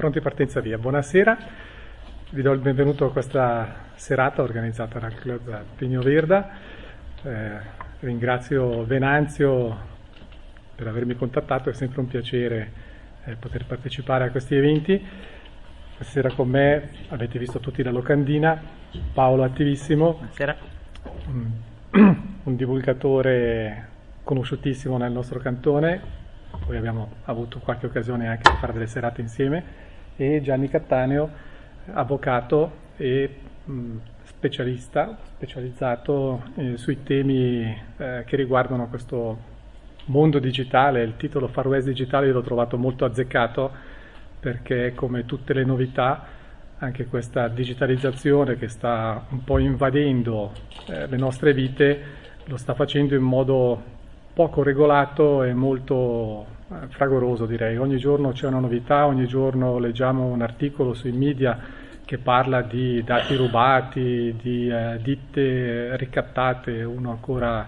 Pronti, partenza, via. Buonasera, vi do il benvenuto a questa serata organizzata dal Club Plinio Verda. Ringrazio Venanzio per avermi contattato, è sempre un piacere poter partecipare a questi eventi. Questa sera con me avete visto tutti la locandina, Paolo attivissimo, buonasera. Un divulgatore conosciutissimo nel nostro cantone. Poi abbiamo avuto qualche occasione anche di fare delle serate insieme, e Gianni Cattaneo, avvocato e specializzato sui temi che riguardano questo mondo digitale. Il titolo Far West Digitale io l'ho trovato molto azzeccato, perché come tutte le novità, anche questa digitalizzazione che sta un po' invadendo le nostre vite, lo sta facendo in modo poco regolato e molto fragoroso, direi. Ogni giorno c'è una novità, ogni giorno leggiamo un articolo sui media che parla di dati rubati, di ditte ricattate, uno ancora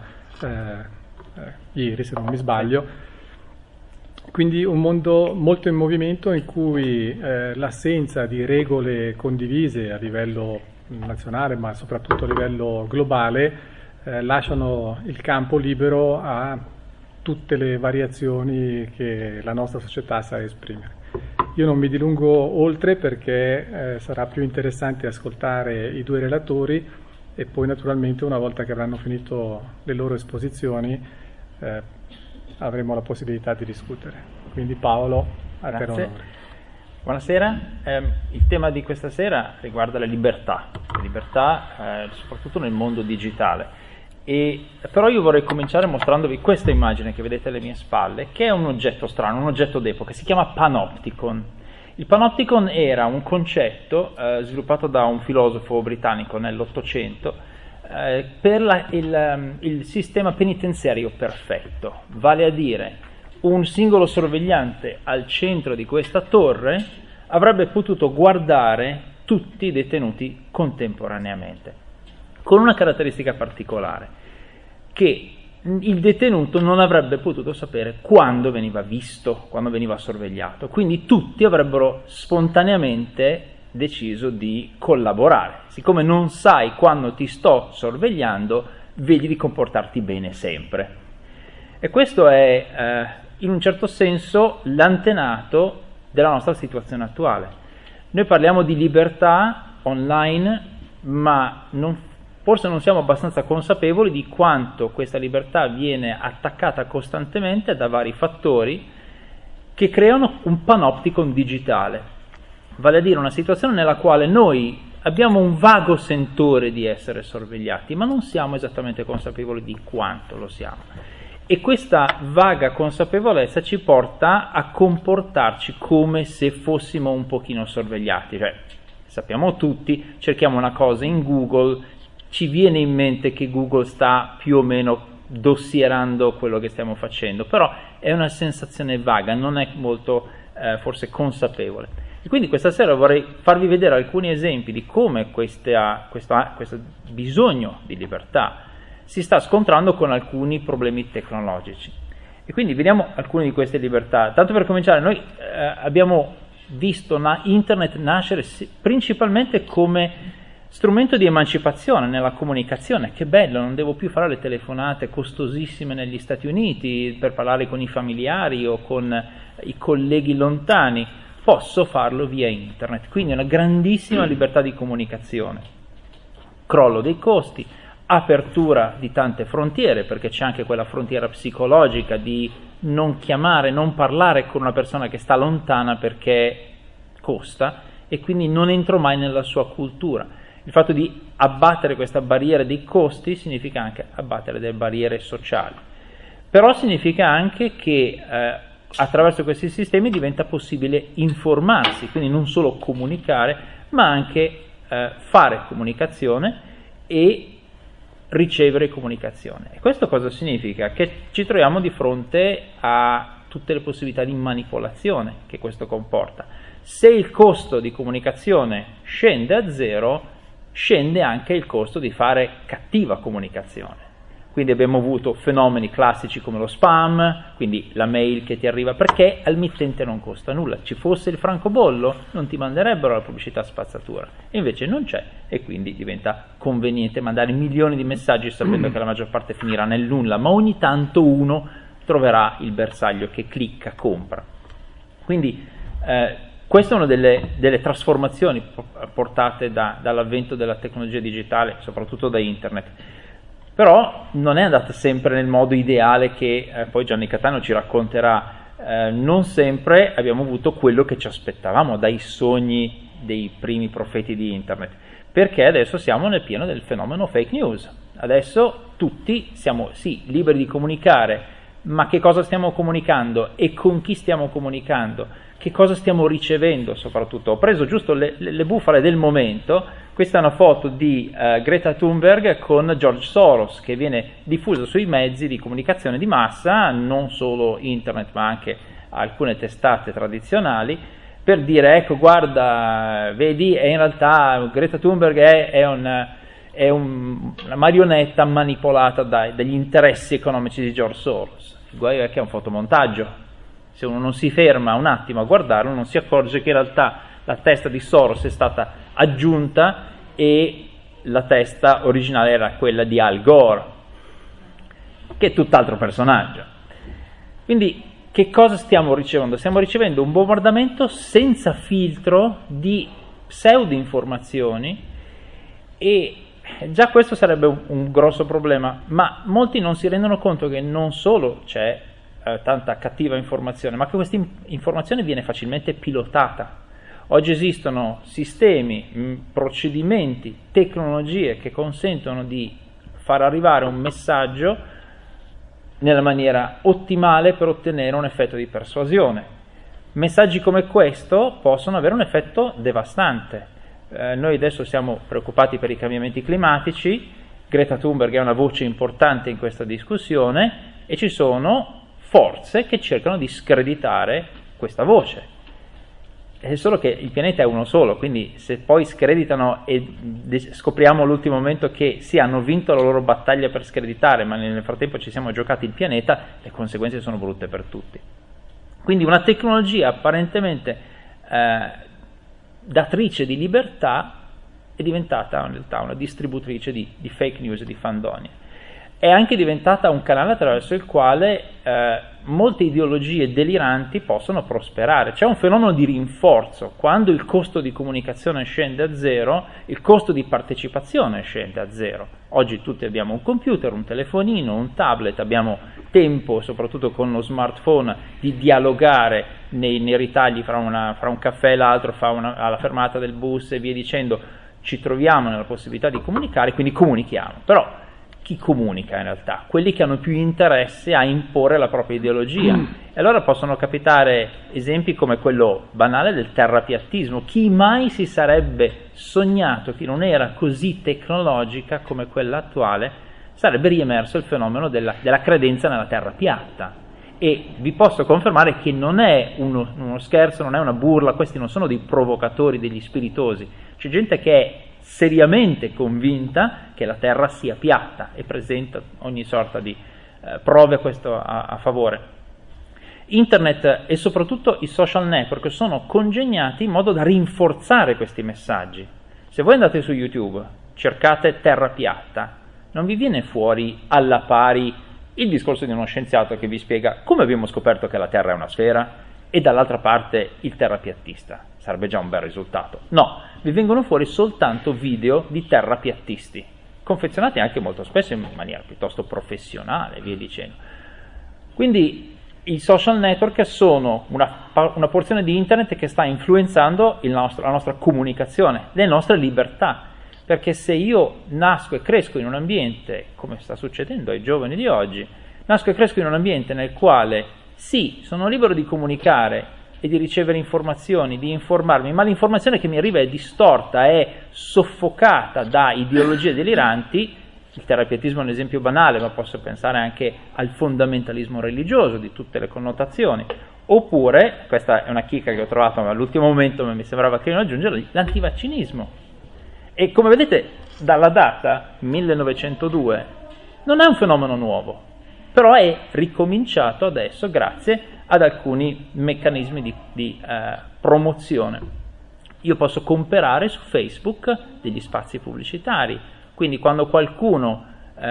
ieri se non mi sbaglio. Quindi un mondo molto in movimento, in cui l'assenza di regole condivise a livello nazionale, ma soprattutto a livello globale, lasciano il campo libero a tutte le variazioni che la nostra società sa esprimere. Io non mi dilungo oltre, perché sarà più interessante ascoltare i due relatori, e poi naturalmente una volta che avranno finito le loro esposizioni avremo la possibilità di discutere. Quindi Paolo, a te l'onore. Buonasera, il tema di questa sera riguarda la libertà soprattutto nel mondo digitale. Però io vorrei cominciare mostrandovi questa immagine che vedete alle mie spalle, che è un oggetto strano, un oggetto d'epoca, si chiama Panopticon. Il Panopticon era un concetto sviluppato da un filosofo britannico nell'Ottocento per il sistema penitenziario perfetto, vale a dire un singolo sorvegliante al centro di questa torre avrebbe potuto guardare tutti i detenuti contemporaneamente, con una caratteristica particolare, che il detenuto non avrebbe potuto sapere quando veniva visto, quando veniva sorvegliato, quindi tutti avrebbero spontaneamente deciso di collaborare. Siccome non sai quando ti sto sorvegliando, vedi di comportarti bene sempre. E questo è in un certo senso l'antenato della nostra situazione attuale. Noi parliamo di libertà online, ma forse non siamo abbastanza consapevoli di quanto questa libertà viene attaccata costantemente da vari fattori che creano un panopticon digitale, vale a dire una situazione nella quale noi abbiamo un vago sentore di essere sorvegliati, ma non siamo esattamente consapevoli di quanto lo siamo. E questa vaga consapevolezza ci porta a comportarci come se fossimo un pochino sorvegliati. Cioè, sappiamo tutti, cerchiamo una cosa in Google, ci viene in mente che Google sta più o meno dossierando quello che stiamo facendo, però è una sensazione vaga, non è molto forse consapevole. E quindi questa sera vorrei farvi vedere alcuni esempi di come questo bisogno di libertà si sta scontrando con alcuni problemi tecnologici. E quindi vediamo alcune di queste libertà. Tanto per cominciare, noi abbiamo visto Internet nascere principalmente come strumento di emancipazione nella comunicazione. Che bello, non devo più fare le telefonate costosissime negli Stati Uniti per parlare con i familiari o con i colleghi lontani, posso farlo via Internet. Quindi una grandissima libertà di comunicazione. Crollo dei costi, apertura di tante frontiere, perché c'è anche quella frontiera psicologica di non chiamare, non parlare con una persona che sta lontana perché costa, e quindi non entro mai nella sua cultura. Il fatto di abbattere questa barriera dei costi significa anche abbattere delle barriere sociali, però significa anche che attraverso questi sistemi diventa possibile informarsi, quindi non solo comunicare, ma anche fare comunicazione e ricevere comunicazione. E questo cosa significa? Che ci troviamo di fronte a tutte le possibilità di manipolazione che questo comporta. Se il costo di comunicazione scende a zero, scende anche il costo di fare cattiva comunicazione. Quindi abbiamo avuto fenomeni classici come lo spam, quindi la mail che ti arriva perché al mittente non costa nulla. Ci fosse il francobollo non ti manderebbero la pubblicità spazzatura, e invece non c'è, e quindi diventa conveniente mandare milioni di messaggi sapendo che la maggior parte finirà nel nulla, ma ogni tanto uno troverà il bersaglio che clicca, compra. Quindi questa è una delle trasformazioni portate dall'avvento della tecnologia digitale, soprattutto da internet. Però non è andata sempre nel modo ideale che poi Gianni Cattaneo ci racconterà. Non sempre abbiamo avuto quello che ci aspettavamo dai sogni dei primi profeti di internet, perché adesso siamo nel pieno del fenomeno fake news. Adesso tutti siamo sì liberi di comunicare, ma che cosa stiamo comunicando e con chi stiamo comunicando, che cosa stiamo ricevendo soprattutto. Ho preso giusto le bufale del momento. Questa è una foto di Greta Thunberg con George Soros, che viene diffusa sui mezzi di comunicazione di massa, non solo internet ma anche alcune testate tradizionali, per dire ecco guarda, vedi, è in realtà Greta Thunberg è una marionetta manipolata dagli interessi economici di George Soros. Il guaio è che è un fotomontaggio. Se uno non si ferma un attimo a guardarlo non si accorge che in realtà la testa di Soros è stata aggiunta e la testa originale era quella di Al Gore, che è tutt'altro personaggio. Quindi che cosa stiamo ricevendo? Stiamo ricevendo un bombardamento senza filtro di pseudo-informazioni, e già questo sarebbe un grosso problema, ma molti non si rendono conto che non solo c'è tanta cattiva informazione, ma che questa informazione viene facilmente pilotata. Oggi esistono sistemi, procedimenti, tecnologie che consentono di far arrivare un messaggio nella maniera ottimale per ottenere un effetto di persuasione. Messaggi come questo possono avere un effetto devastante. Noi adesso siamo preoccupati per i cambiamenti climatici, Greta Thunberg è una voce importante in questa discussione e ci sono forze che cercano di screditare questa voce. È solo che il pianeta è uno solo, quindi se poi screditano e scopriamo all'ultimo momento che sì, hanno vinto la loro battaglia per screditare, ma nel frattempo ci siamo giocati il pianeta, le conseguenze sono brutte per tutti. Quindi una tecnologia apparentemente datrice di libertà è diventata in realtà una distributrice di fake news e di fandonie. È anche diventata un canale attraverso il quale molte ideologie deliranti possono prosperare. C'è un fenomeno di rinforzo. Quando il costo di comunicazione scende a zero, il costo di partecipazione scende a zero. Oggi tutti abbiamo un computer, un telefonino, un tablet, abbiamo tempo, soprattutto con lo smartphone, di dialogare nei ritagli fra un caffè e l'altro, alla fermata del bus e via dicendo. Ci troviamo nella possibilità di comunicare, quindi comunichiamo. Però chi comunica in realtà? Quelli che hanno più interesse a imporre la propria ideologia. E allora possono capitare esempi come quello banale del terrapiattismo. Chi mai si sarebbe sognato che non era così tecnologica come quella attuale, sarebbe riemerso il fenomeno della credenza nella terra piatta. E vi posso confermare che non è uno scherzo, non è una burla, questi non sono dei provocatori, degli spiritosi. C'è gente che è seriamente convinta che la Terra sia piatta e presenta ogni sorta di prove a questo a favore. Internet e soprattutto i social network sono congegnati in modo da rinforzare questi messaggi. Se voi andate su YouTube, cercate terra piatta, non vi viene fuori alla pari il discorso di uno scienziato che vi spiega come abbiamo scoperto che la Terra è una sfera e dall'altra parte il terrapiattista. Sarebbe già un bel risultato. No, vi vengono fuori soltanto video di terrapiattisti, confezionati anche molto spesso in maniera piuttosto professionale, via dicendo. Quindi i social network sono una porzione di internet che sta influenzando la nostra comunicazione, le nostre libertà, perché se io nasco e cresco in un ambiente, come sta succedendo ai giovani di oggi, nasco e cresco in un ambiente nel quale sì, sono libero di comunicare e di ricevere informazioni, di informarmi, ma l'informazione che mi arriva è distorta, è soffocata da ideologie deliranti. Il terrapiattismo è un esempio banale, ma posso pensare anche al fondamentalismo religioso di tutte le connotazioni. Oppure, questa è una chicca che ho trovato all'ultimo momento, ma mi sembrava carino aggiungere, l'antivaccinismo. E come vedete dalla data 1902 Non è un fenomeno nuovo, però è ricominciato adesso grazie ad alcuni meccanismi di promozione. Io posso comprare su Facebook degli spazi pubblicitari, quindi quando qualcuno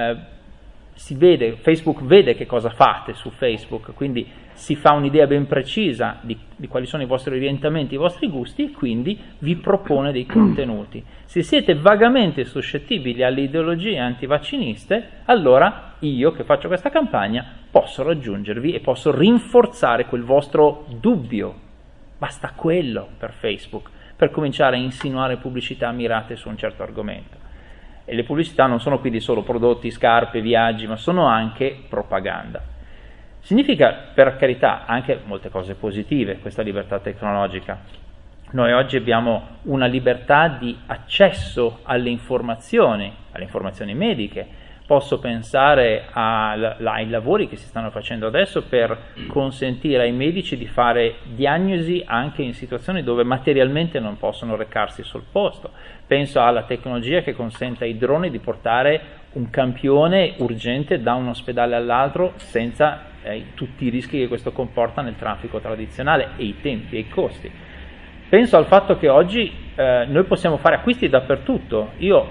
Facebook vede che cosa fate su Facebook, quindi si fa un'idea ben precisa di quali sono i vostri orientamenti, i vostri gusti, e quindi vi propone dei contenuti. Se siete vagamente suscettibili alle ideologie antivacciniste, allora io che faccio questa campagna posso raggiungervi e posso rinforzare quel vostro dubbio. Basta quello per Facebook, per cominciare a insinuare pubblicità mirate su un certo argomento. E le pubblicità non sono quindi solo prodotti, scarpe, viaggi, ma sono anche propaganda. Significa, per carità, anche molte cose positive questa libertà tecnologica. Noi oggi abbiamo una libertà di accesso alle informazioni mediche. Posso pensare ai lavori che si stanno facendo adesso per consentire ai medici di fare diagnosi anche in situazioni dove materialmente non possono recarsi sul posto. Penso alla tecnologia che consente ai droni di portare un campione urgente da un ospedale all'altro senza tutti i rischi che questo comporta nel traffico tradizionale, e i tempi e i costi. Penso al fatto che oggi noi possiamo fare acquisti dappertutto.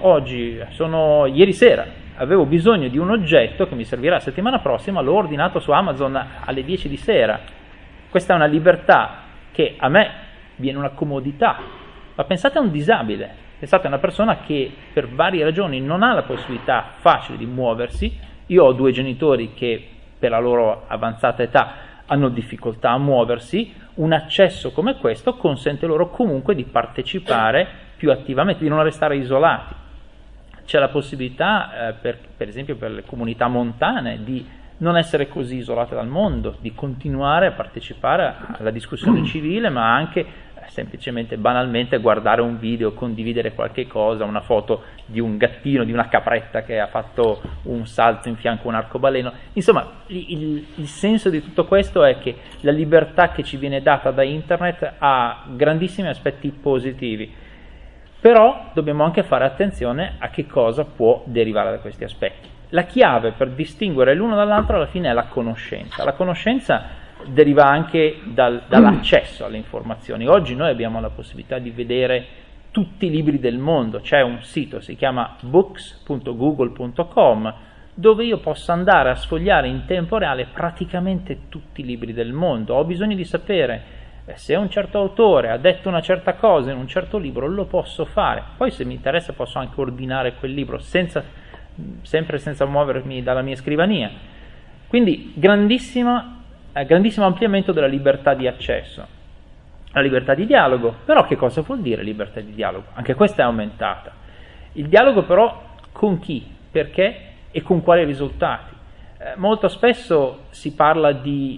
Ieri sera avevo bisogno di un oggetto che mi servirà la settimana prossima, l'ho ordinato su Amazon alle 10 di sera. Questa è una libertà che a me viene una comodità, ma pensate a un disabile, pensate a una persona che per varie ragioni non ha la possibilità facile di muoversi. Io ho 2 genitori che per la loro avanzata età hanno difficoltà a muoversi. Un accesso come questo consente loro comunque di partecipare più attivamente, di non restare isolati. C'è la possibilità, per esempio per le comunità montane, di non essere così isolate dal mondo, di continuare a partecipare alla discussione civile, ma anche semplicemente, banalmente, guardare un video, condividere qualche cosa, una foto di un gattino, di una capretta che ha fatto un salto in fianco a un arcobaleno. Insomma, il senso di tutto questo è che la libertà che ci viene data da internet ha grandissimi aspetti positivi. Però dobbiamo anche fare attenzione a che cosa può derivare da questi aspetti. La chiave per distinguere l'uno dall'altro alla fine è la conoscenza. La conoscenza deriva anche dall'accesso alle informazioni. Oggi noi abbiamo la possibilità di vedere tutti i libri del mondo. C'è un sito, si chiama books.google.com, dove io posso andare a sfogliare in tempo reale praticamente tutti i libri del mondo. Ho bisogno di sapere se un certo autore ha detto una certa cosa in un certo libro, lo posso fare. Poi se mi interessa posso anche ordinare quel libro sempre senza muovermi dalla mia scrivania. Quindi grandissimo ampliamento della libertà di accesso. La libertà di dialogo, però che cosa vuol dire libertà di dialogo? Anche questa è aumentata. Il dialogo però con chi, perché e con quali risultati? Molto spesso si parla di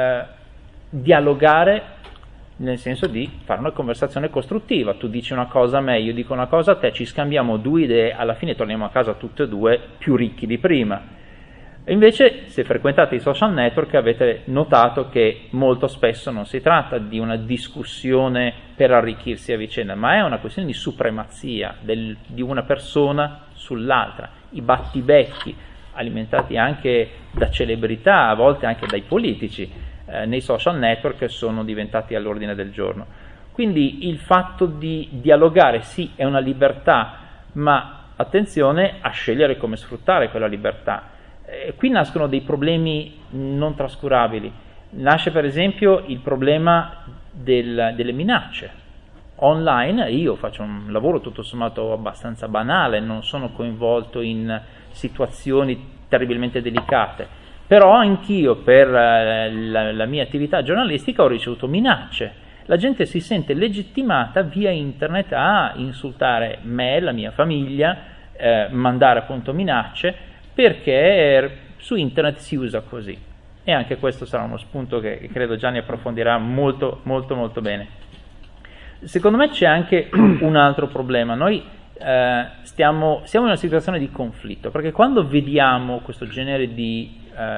dialogare nel senso di fare una conversazione costruttiva. Tu dici una cosa a me, io dico una cosa a te, ci scambiamo 2 idee, alla fine torniamo a casa tutti e 2 più ricchi di prima. E invece, se frequentate i social network, avete notato che molto spesso non si tratta di una discussione per arricchirsi a vicenda, ma è una questione di supremazia di una persona sull'altra. I battibecchi, alimentati anche da celebrità, a volte anche dai politici, nei social network sono diventati all'ordine del giorno. Quindi il fatto di dialogare sì è una libertà, ma attenzione a scegliere come sfruttare quella libertà. Qui nascono dei problemi non trascurabili. Nasce per esempio il problema delle minacce online. Io faccio un lavoro tutto sommato abbastanza banale, non sono coinvolto in situazioni terribilmente delicate, però anch'io per la mia attività giornalistica ho ricevuto minacce. La gente si sente legittimata via internet a insultare me, la mia famiglia, mandare appunto minacce, perché su internet si usa così. E anche questo sarà uno spunto che credo Gianni approfondirà molto molto molto bene. Secondo me c'è anche un altro problema. Noi siamo in una situazione di conflitto, perché quando vediamo questo genere di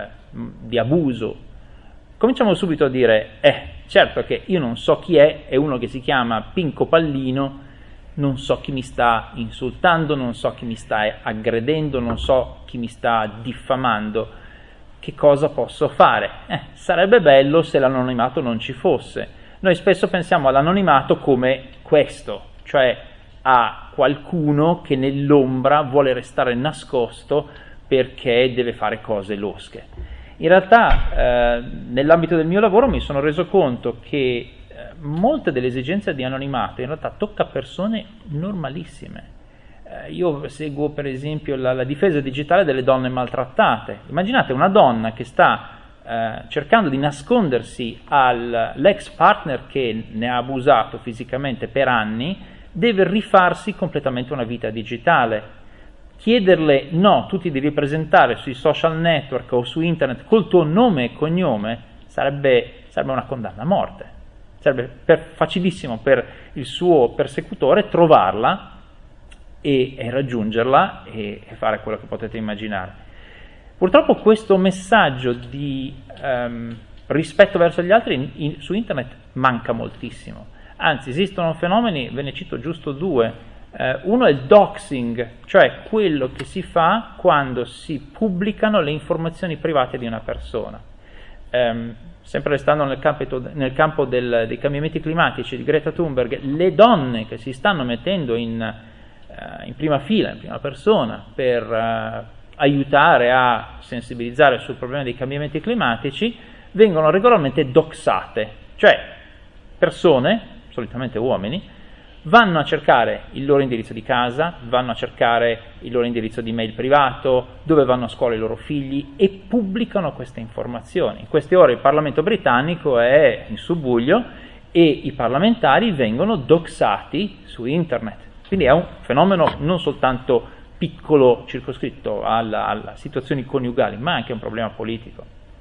abuso, cominciamo subito a dire certo che io non so chi è uno che si chiama Pinco Pallino, non so chi mi sta insultando, non so chi mi sta aggredendo, non so chi mi sta diffamando, che cosa posso fare? Sarebbe bello se l'anonimato non ci fosse. Noi spesso pensiamo all'anonimato come questo, cioè a qualcuno che nell'ombra vuole restare nascosto perché deve fare cose losche. In realtà nell'ambito del mio lavoro mi sono reso conto che molte delle esigenze di anonimato in realtà tocca persone normalissime. Io seguo per esempio la difesa digitale delle donne maltrattate. Immaginate una donna che sta cercando di nascondersi all'ex partner che ne ha abusato fisicamente per anni, deve rifarsi completamente una vita digitale. Chiederle no, tu ti devi presentare sui social network o su internet col tuo nome e cognome sarebbe una condanna a morte. Sarebbe facilissimo per il suo persecutore trovarla e raggiungerla e fare quello che potete immaginare. Purtroppo questo messaggio di rispetto verso gli altri su internet manca moltissimo. Anzi, esistono fenomeni, ve ne cito giusto due. Uno è il doxing, cioè quello che si fa quando si pubblicano le informazioni private di una persona. Sempre restando nel campo dei cambiamenti climatici di Greta Thunberg, le donne che si stanno mettendo in prima fila, in prima persona, per aiutare a sensibilizzare sul problema dei cambiamenti climatici, vengono regolarmente doxate, cioè persone, solitamente uomini, vanno a cercare il loro indirizzo di casa, vanno a cercare il loro indirizzo di mail privato, dove vanno a scuola i loro figli e pubblicano queste informazioni. In queste ore il Parlamento britannico è in subbuglio e i parlamentari vengono doxati su internet. Quindi è un fenomeno non soltanto piccolo, circoscritto alle situazioni coniugali, ma anche un problema politico.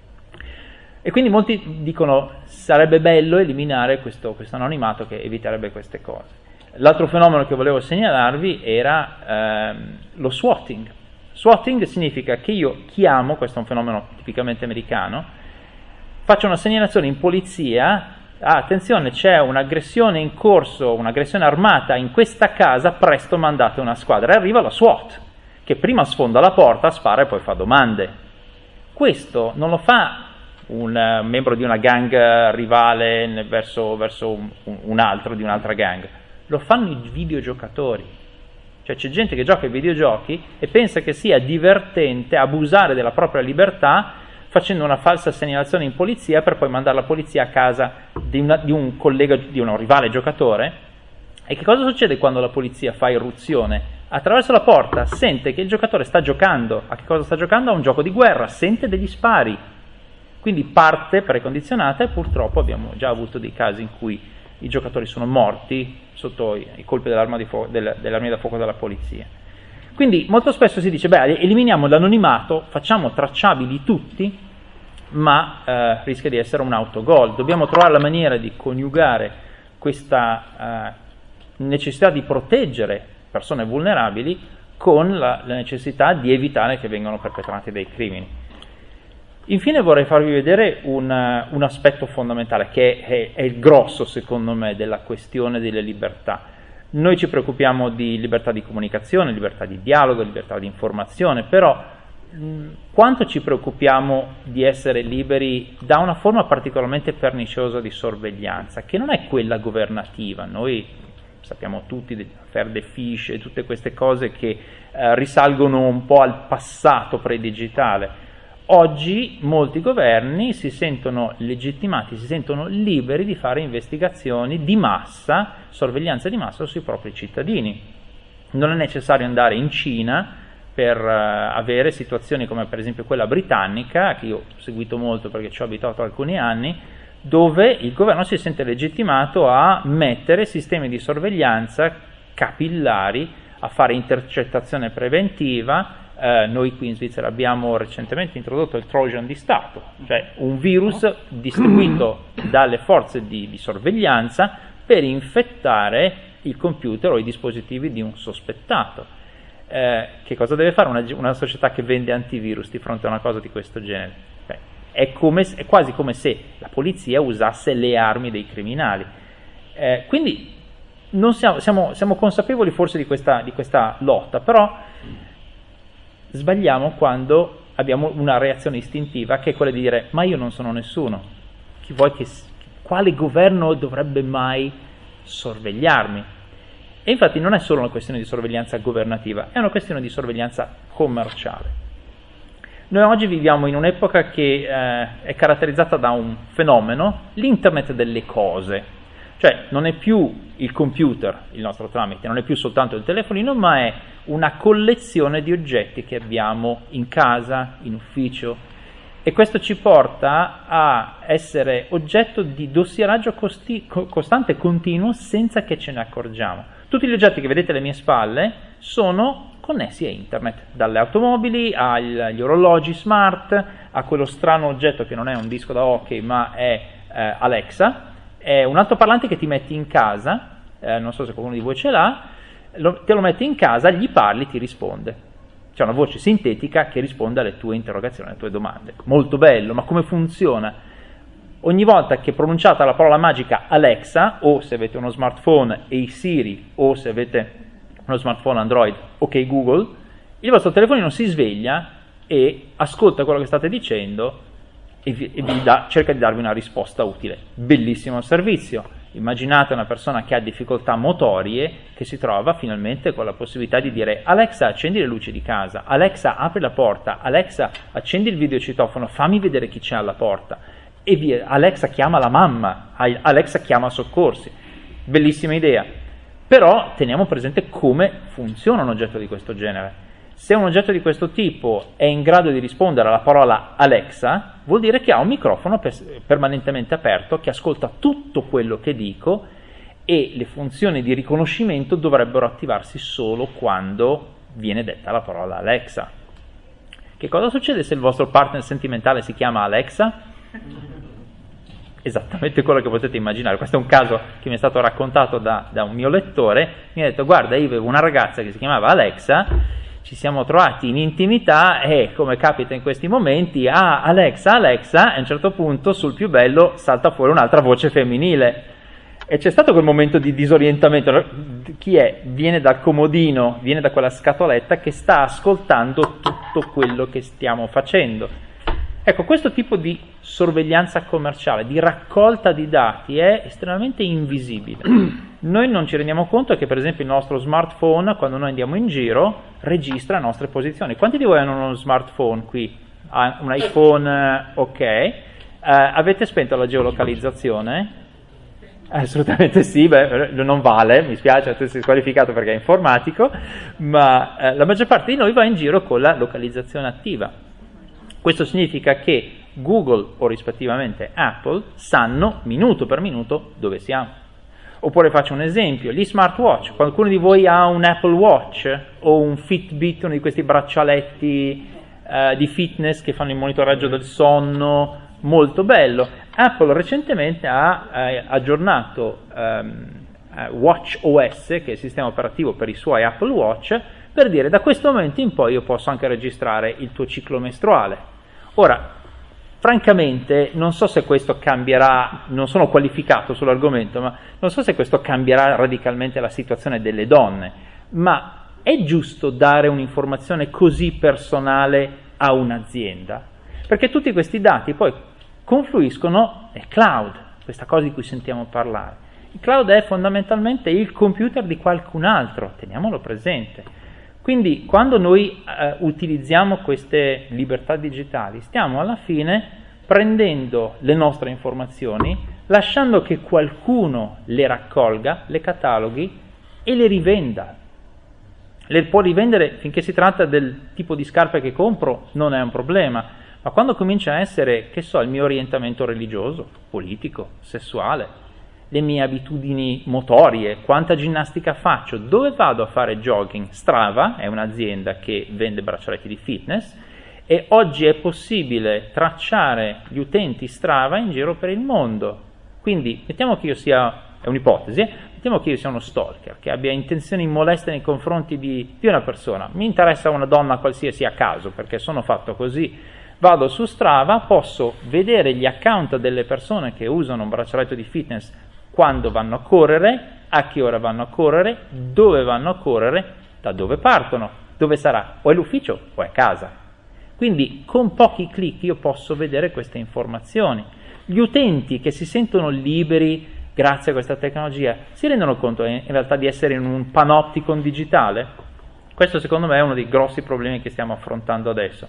E quindi molti dicono sarebbe bello eliminare questo anonimato che eviterebbe queste cose. L'altro fenomeno che volevo segnalarvi era lo swatting. Swatting significa che io chiamo, questo è un fenomeno tipicamente americano, faccio una segnalazione in polizia, attenzione c'è un'aggressione in corso, un'aggressione armata in questa casa, presto mandate una squadra. E arriva la SWAT, che prima sfonda la porta, spara e poi fa domande. Questo non lo fa un membro di una gang rivale verso un altro di un'altra gang. Lo fanno i videogiocatori, cioè c'è gente che gioca ai videogiochi e pensa che sia divertente abusare della propria libertà facendo una falsa segnalazione in polizia per poi mandare la polizia a casa di un collega, di un rivale giocatore. E che cosa succede quando la polizia fa irruzione? Attraverso la porta sente che il giocatore sta giocando. A che cosa sta giocando? A un gioco di guerra, sente degli spari, quindi parte precondizionata e purtroppo abbiamo già avuto dei casi in cui i giocatori sono morti sotto i colpi dell'arma da fuoco della polizia. Quindi molto spesso si dice, eliminiamo l'anonimato, facciamo tracciabili tutti, ma rischia di essere un autogol. Dobbiamo trovare la maniera di coniugare questa necessità di proteggere persone vulnerabili con la necessità di evitare che vengano perpetrati dei crimini. Infine vorrei farvi vedere un aspetto fondamentale che è il grosso, secondo me, della questione delle libertà. Noi ci preoccupiamo di libertà di comunicazione, libertà di dialogo, libertà di informazione, però quanto ci preoccupiamo di essere liberi da una forma particolarmente perniciosa di sorveglianza, che non è quella governativa. Noi sappiamo tutti dell'affaire The Fish e tutte queste cose che risalgono un po' al passato predigitale. Oggi molti governi si sentono legittimati, si sentono liberi di fare investigazioni di massa, sorveglianza di massa sui propri cittadini. Non è necessario andare in Cina per avere situazioni come per esempio quella britannica, che io ho seguito molto perché ci ho abitato alcuni anni, dove il governo si sente legittimato a mettere sistemi di sorveglianza capillari, a fare intercettazione preventiva. Noi qui in Svizzera abbiamo recentemente introdotto il Trojan di Stato, cioè un virus distribuito dalle forze di sorveglianza per infettare il computer o i dispositivi di un sospettato. Che cosa deve fare una società che vende antivirus di fronte a una cosa di questo genere? È quasi come se la polizia usasse le armi dei criminali. Quindi non siamo consapevoli forse di questa lotta, però sbagliamo quando abbiamo una reazione istintiva che è quella di dire ma io non sono nessuno, quale governo dovrebbe mai sorvegliarmi? E infatti non è solo una questione di sorveglianza governativa, è una questione di sorveglianza commerciale. Noi oggi viviamo in un'epoca che è caratterizzata da un fenomeno, l'internet delle cose, cioè non è più il computer il nostro tramite, non è più soltanto il telefonino, ma è una collezione di oggetti che abbiamo in casa, in ufficio, e questo ci porta a essere oggetto di dossieraggio costante e continuo senza che ce ne accorgiamo. Tutti gli oggetti che vedete alle mie spalle sono connessi a internet, dalle automobili agli orologi smart, a quello strano oggetto che non è un disco da hockey ma è Alexa, è un altoparlante che ti metti in casa, non so se qualcuno di voi ce l'ha, te lo metti in casa, gli parli, ti risponde. C'è una voce sintetica che risponde alle tue interrogazioni, alle tue domande. Molto bello, ma come funziona? Ogni volta che pronunciate la parola magica Alexa, o se avete uno smartphone Hey Siri, o se avete uno smartphone Android OK Google, il vostro telefonino si sveglia e ascolta quello che state dicendo e cerca di darvi una risposta utile. Bellissimo servizio. Immaginate una persona che ha difficoltà motorie che si trova finalmente con la possibilità di dire Alexa accendi le luci di casa, Alexa apri la porta, Alexa accendi il videocitofono, fammi vedere chi c'è alla porta, e via. Alexa chiama la mamma, Alexa chiama soccorsi. Bellissima idea, però teniamo presente come funziona un oggetto di questo genere. Se un oggetto di questo tipo è in grado di rispondere alla parola Alexa, vuol dire che ha un microfono permanentemente aperto che ascolta tutto quello che dico, e le funzioni di riconoscimento dovrebbero attivarsi solo quando viene detta la parola Alexa. Che cosa succede se il vostro partner sentimentale si chiama Alexa? Esattamente quello che potete immaginare. Questo è un caso che mi è stato raccontato da un mio lettore. Mi ha detto: guarda, io avevo una ragazza che si chiamava Alexa, ci siamo trovati in intimità e, come capita in questi momenti, Alexa, e a un certo punto sul più bello salta fuori un'altra voce femminile. E c'è stato quel momento di disorientamento. Chi è? Viene dal comodino, viene da quella scatoletta che sta ascoltando tutto quello che stiamo facendo. Ecco, questo tipo di sorveglianza commerciale, di raccolta di dati, è estremamente invisibile. Noi non ci rendiamo conto che, per esempio, il nostro smartphone, quando noi andiamo in giro, registra le nostre posizioni. Quanti di voi hanno uno smartphone qui? Un iPhone, ok. Avete spento la geolocalizzazione? Assolutamente sì, non vale, mi spiace, tu sei squalificato perché è informatico, ma la maggior parte di noi va in giro con la localizzazione attiva. Questo significa che Google o rispettivamente Apple sanno minuto per minuto dove siamo. Oppure faccio un esempio, gli smartwatch. Qualcuno di voi ha un Apple Watch o un Fitbit, uno di questi braccialetti di fitness che fanno il monitoraggio del sonno, molto bello. Apple recentemente ha aggiornato WatchOS, che è il sistema operativo per i suoi Apple Watch, per dire: da questo momento in poi io posso anche registrare il tuo ciclo mestruale. Ora, francamente, non so se questo cambierà, non sono qualificato sull'argomento, ma non so se questo cambierà radicalmente la situazione delle donne, ma è giusto dare un'informazione così personale a un'azienda? Perché tutti questi dati poi confluiscono nel cloud, questa cosa di cui sentiamo parlare. Il cloud è fondamentalmente il computer di qualcun altro, teniamolo presente. Quindi quando noi utilizziamo queste libertà digitali, stiamo alla fine prendendo le nostre informazioni, lasciando che qualcuno le raccolga, le cataloghi e le rivenda. Le può rivendere finché si tratta del tipo di scarpe che compro, non è un problema, ma quando comincia a essere, che so, il mio orientamento religioso, politico, sessuale, le mie abitudini motorie, quanta ginnastica faccio, dove vado a fare jogging. Strava è un'azienda che vende braccialetti di fitness e oggi è possibile tracciare gli utenti Strava in giro per il mondo. Quindi mettiamo che io sia, è un'ipotesi, mettiamo che io sia uno stalker, che abbia intenzioni moleste nei confronti di una persona, mi interessa una donna qualsiasi a caso perché sono fatto così, vado su Strava, posso vedere gli account delle persone che usano un braccialetto di fitness quando vanno a correre, a che ora vanno a correre, dove vanno a correre, da dove partono, dove sarà, o è l'ufficio o è casa. Quindi con pochi clic io posso vedere queste informazioni. Gli utenti che si sentono liberi grazie a questa tecnologia si rendono conto in realtà di essere in un panopticon digitale? Questo secondo me è uno dei grossi problemi che stiamo affrontando adesso.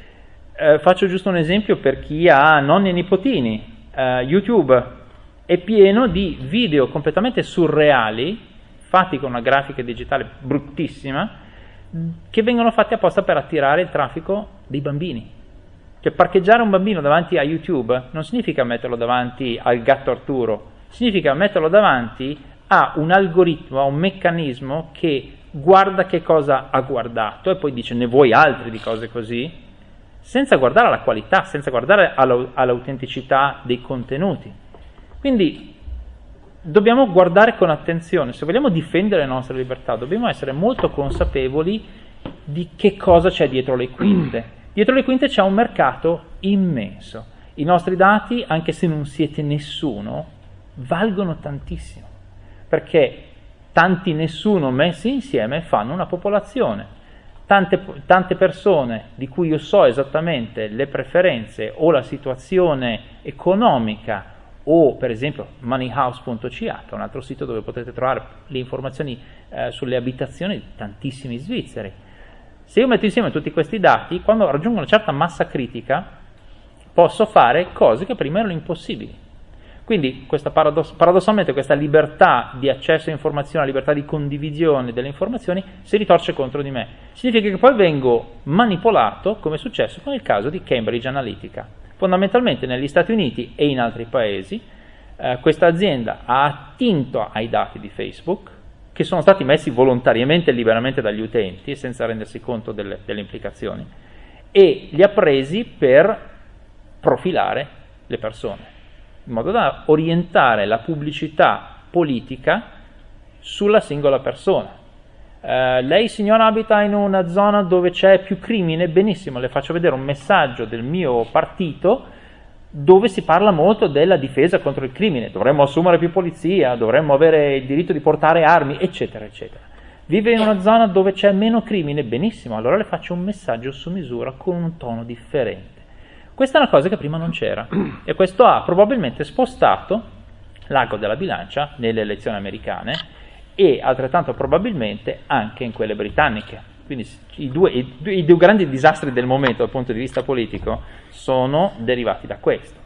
Faccio giusto un esempio per chi ha nonni e nipotini. YouTube è pieno di video completamente surreali, fatti con una grafica digitale bruttissima, che vengono fatti apposta per attirare il traffico dei bambini. Cioè parcheggiare un bambino davanti a YouTube non significa metterlo davanti al gatto Arturo, significa metterlo davanti a un algoritmo, a un meccanismo che guarda che cosa ha guardato e poi dice ne vuoi altri di cose così, senza guardare alla qualità, senza guardare all'autenticità dei contenuti. Quindi dobbiamo guardare con attenzione, se vogliamo difendere le nostre libertà dobbiamo essere molto consapevoli di che cosa c'è dietro le quinte. Dietro le quinte c'è un mercato immenso. I nostri dati, anche se non siete nessuno, valgono tantissimo, perché tanti nessuno messi insieme fanno una popolazione. Tante persone di cui io so esattamente le preferenze o la situazione economica, o per esempio moneyhouse.ch, che è un altro sito dove potete trovare le informazioni sulle abitazioni di tantissimi svizzeri. Se io metto insieme tutti questi dati, quando raggiungo una certa massa critica posso fare cose che prima erano impossibili. Quindi paradossalmente questa libertà di accesso a informazioni, la libertà di condivisione delle informazioni si ritorce contro di me. Significa che poi vengo manipolato, come è successo con il caso di Cambridge Analytica. Fondamentalmente negli Stati Uniti e in altri paesi questa azienda ha attinto ai dati di Facebook, che sono stati messi volontariamente e liberamente dagli utenti, senza rendersi conto delle implicazioni, e li ha presi per profilare le persone, in modo da orientare la pubblicità politica sulla singola persona. Lei signora abita in una zona dove c'è più crimine, benissimo, le faccio vedere un messaggio del mio partito dove si parla molto della difesa contro il crimine, dovremmo assumere più polizia, dovremmo avere il diritto di portare armi, eccetera, eccetera. Vive in una zona dove c'è meno crimine, benissimo, allora le faccio un messaggio su misura con un tono differente. Questa è una cosa che prima non c'era e questo ha probabilmente spostato l'ago della bilancia nelle elezioni americane e altrettanto probabilmente anche in quelle britanniche. Quindi i due grandi disastri del momento dal punto di vista politico sono derivati da questo.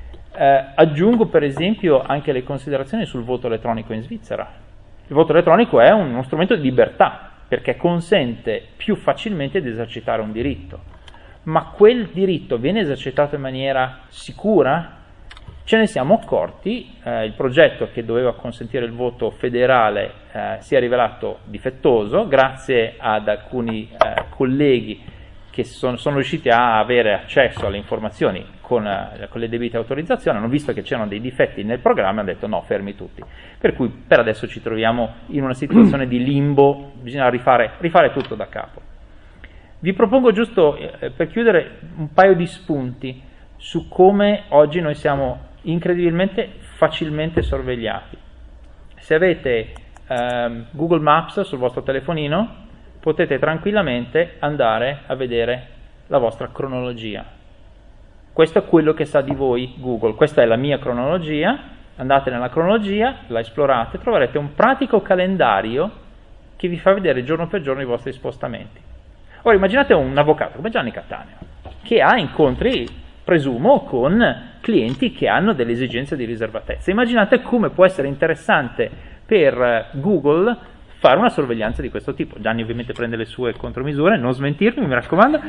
Aggiungo per esempio anche le considerazioni sul voto elettronico in Svizzera. Il voto elettronico è uno strumento di libertà perché consente più facilmente di esercitare un diritto. Ma quel diritto viene esercitato in maniera sicura? Ce ne siamo accorti, il progetto che doveva consentire il voto federale si è rivelato difettoso grazie ad alcuni colleghi che sono riusciti a avere accesso alle informazioni con le debite autorizzazioni, hanno visto che c'erano dei difetti nel programma e hanno detto no, fermi tutti. Per cui per adesso ci troviamo in una situazione di limbo, bisogna rifare tutto da capo. Vi propongo giusto per chiudere un paio di spunti su come oggi noi siamo incredibilmente facilmente sorvegliati. Se avete Google Maps sul vostro telefonino potete tranquillamente andare a vedere la vostra cronologia. Questo è quello che sa di voi Google, questa è la mia cronologia, andate nella cronologia, la esplorate, troverete un pratico calendario che vi fa vedere giorno per giorno i vostri spostamenti. Ora immaginate un avvocato come Gianni Cattaneo che ha incontri, presumo, con clienti che hanno delle esigenze di riservatezza. Immaginate come può essere interessante per Google fare una sorveglianza di questo tipo. Gianni ovviamente prende le sue contromisure, non smentirmi, mi raccomando,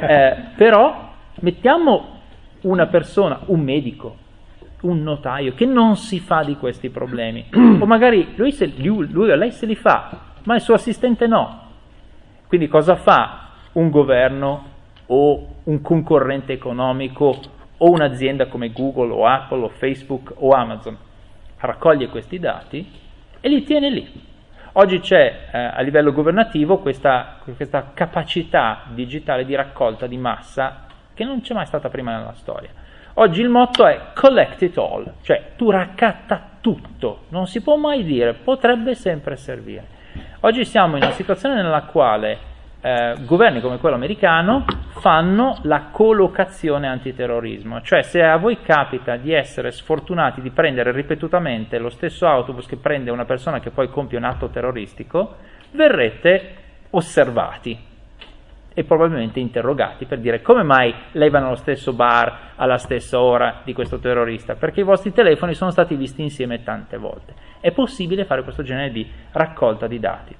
però mettiamo una persona, un medico, un notaio che non si fa di questi problemi, o magari lui o lei se li fa, ma il suo assistente no. Quindi cosa fa un governo o un concorrente economico o un'azienda come Google o Apple o Facebook o Amazon? Raccoglie questi dati e li tiene lì. Oggi c'è a livello governativo questa capacità digitale di raccolta di massa che non c'è mai stata prima nella storia. Oggi il motto è collect it all, cioè tu raccatta tutto, non si può mai dire, potrebbe sempre servire. Oggi siamo in una situazione nella quale governi come quello americano fanno la collocazione antiterrorismo, cioè se a voi capita di essere sfortunati di prendere ripetutamente lo stesso autobus che prende una persona che poi compie un atto terroristico, verrete osservati e probabilmente interrogati per dire come mai lei va nello stesso bar alla stessa ora di questo terrorista, perché i vostri telefoni sono stati visti insieme tante volte. È possibile fare questo genere di raccolta di dati.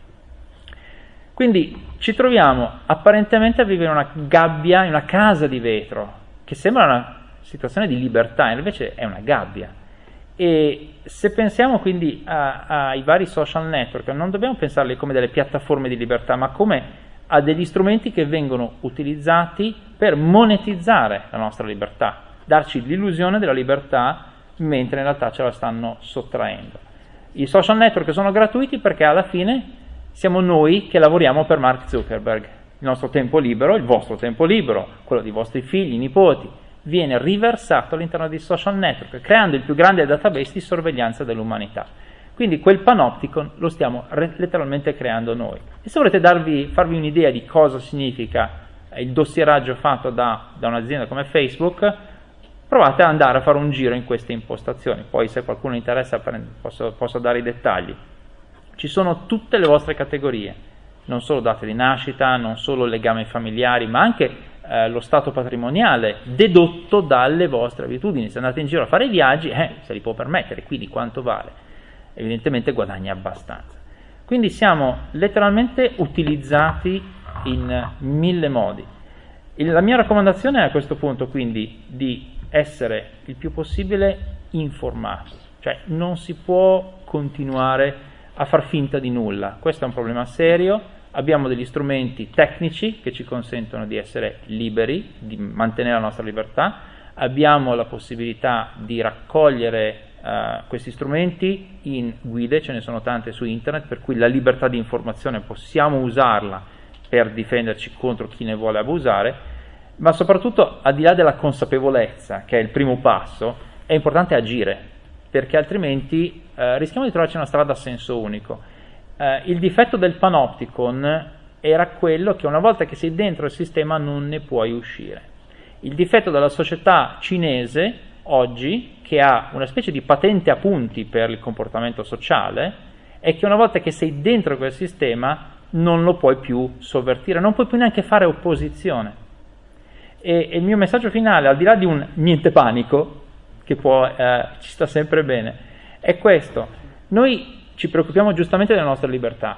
Quindi ci troviamo apparentemente a vivere in una gabbia, in una casa di vetro, che sembra una situazione di libertà, invece è una gabbia. E se pensiamo quindi ai vari social network, non dobbiamo pensarli come delle piattaforme di libertà, ma come a degli strumenti che vengono utilizzati per monetizzare la nostra libertà, darci l'illusione della libertà mentre in realtà ce la stanno sottraendo. I social network sono gratuiti perché alla fine siamo noi che lavoriamo per Mark Zuckerberg. Il nostro tempo libero, il vostro tempo libero, quello dei vostri figli, nipoti, viene riversato all'interno di social network, creando il più grande database di sorveglianza dell'umanità. Quindi quel panopticon lo stiamo letteralmente creando noi. E se volete farvi un'idea di cosa significa il dossieraggio fatto da un'azienda come Facebook, provate ad andare a fare un giro in queste impostazioni. Poi se qualcuno interessa posso dare i dettagli. Ci sono tutte le vostre categorie, non solo date di nascita, non solo legami familiari, ma anche lo stato patrimoniale dedotto dalle vostre abitudini. Se andate in giro a fare viaggi, se li può permettere, quindi quanto vale? Evidentemente guadagna abbastanza. Quindi siamo letteralmente utilizzati in 1000 modi. La mia raccomandazione è a questo punto quindi di essere il più possibile informati, cioè non si può continuare a far finta di nulla. Questo è un problema serio. Abbiamo degli strumenti tecnici che ci consentono di essere liberi, di mantenere la nostra libertà. Abbiamo la possibilità di raccogliere questi strumenti in guide, ce ne sono tante su internet, per cui la libertà di informazione possiamo usarla per difenderci contro chi ne vuole abusare, ma soprattutto al di là della consapevolezza, che è il primo passo, è importante agire, perché altrimenti rischiamo di trovarci una strada a senso unico. Il difetto del panopticon era quello che una volta che sei dentro il sistema non ne puoi uscire. Il difetto della società cinese oggi, che ha una specie di patente a punti per il comportamento sociale, è che una volta che sei dentro quel sistema non lo puoi più sovvertire, non puoi più neanche fare opposizione. E il mio messaggio finale, al di là di un niente panico, che ci sta sempre bene, è questo: noi ci preoccupiamo giustamente della nostra libertà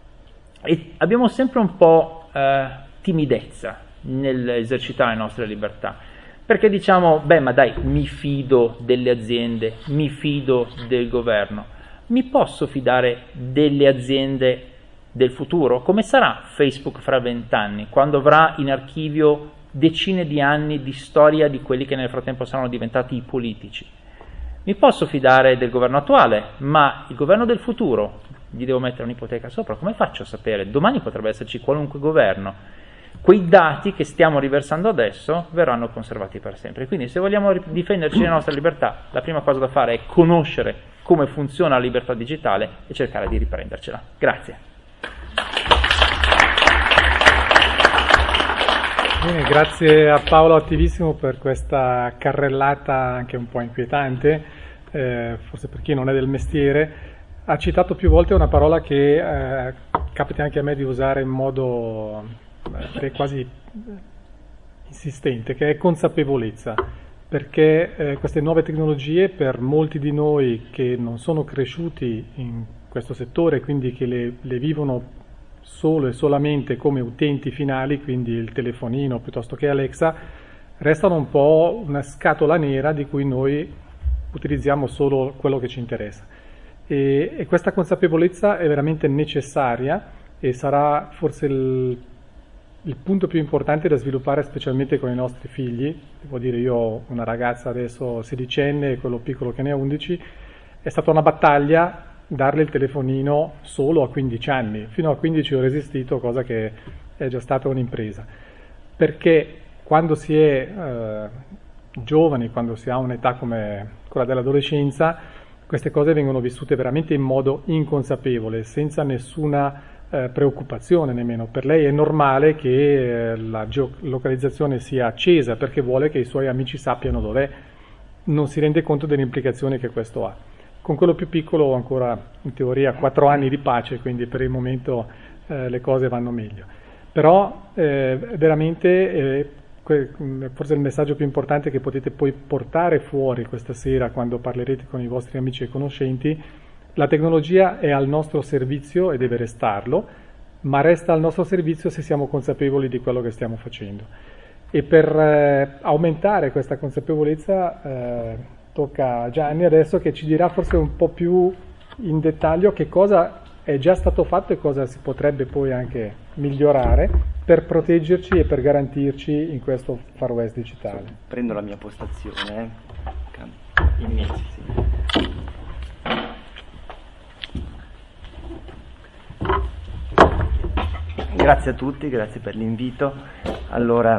e abbiamo sempre un po' timidezza nell'esercitare le nostre libertà, perché diciamo, ma dai, mi fido delle aziende, mi fido del governo. Mi posso fidare delle aziende del futuro? Come sarà Facebook fra 20 anni, quando avrà in archivio decine di anni di storia di quelli che nel frattempo saranno diventati i politici? Mi posso fidare del governo attuale, ma il governo del futuro, gli devo mettere un'ipoteca sopra, come faccio a sapere? Domani potrebbe esserci qualunque governo. Quei dati che stiamo riversando adesso verranno conservati per sempre. Quindi se vogliamo difenderci la nostra libertà, la prima cosa da fare è conoscere come funziona la libertà digitale e cercare di riprendercela. Grazie. Bene, grazie a Paolo Attivissimo per questa carrellata anche un po' inquietante, forse per chi non è del mestiere. Ha citato più volte una parola che capita anche a me di usare in modo quasi insistente, che è consapevolezza, perché queste nuove tecnologie, per molti di noi che non sono cresciuti in questo settore, quindi che le vivono solo e solamente come utenti finali, quindi il telefonino piuttosto che Alexa, restano un po' una scatola nera di cui noi utilizziamo solo quello che ci interessa. E questa consapevolezza è veramente necessaria e sarà forse il punto più importante da sviluppare, specialmente con i nostri figli. Devo dire, io ho una ragazza adesso 16enne e quello piccolo che ne ha 11, è stata una battaglia darle il telefonino solo a 15 anni. Fino a 15 ho resistito, cosa che è già stata un'impresa, perché quando si è giovani, quando si ha un'età come quella dell'adolescenza, queste cose vengono vissute veramente in modo inconsapevole, senza nessuna preoccupazione nemmeno. Per lei è normale che la geolocalizzazione sia accesa perché vuole che i suoi amici sappiano dov'è, non si rende conto delle implicazioni che questo ha. Con quello più piccolo ho ancora in teoria 4 anni di pace, quindi per il momento le cose vanno meglio. Però veramente forse il messaggio più importante che potete poi portare fuori questa sera quando parlerete con i vostri amici e conoscenti: la tecnologia è al nostro servizio e deve restarlo, ma resta al nostro servizio se siamo consapevoli di quello che stiamo facendo. E per aumentare questa consapevolezza tocca a Gianni adesso, che ci dirà forse un po' più in dettaglio che cosa è già stato fatto e cosa si potrebbe poi anche migliorare per proteggerci e per garantirci in questo Far West digitale. Prendo la mia postazione. Inizi, sì. Grazie a tutti, grazie per l'invito. Allora,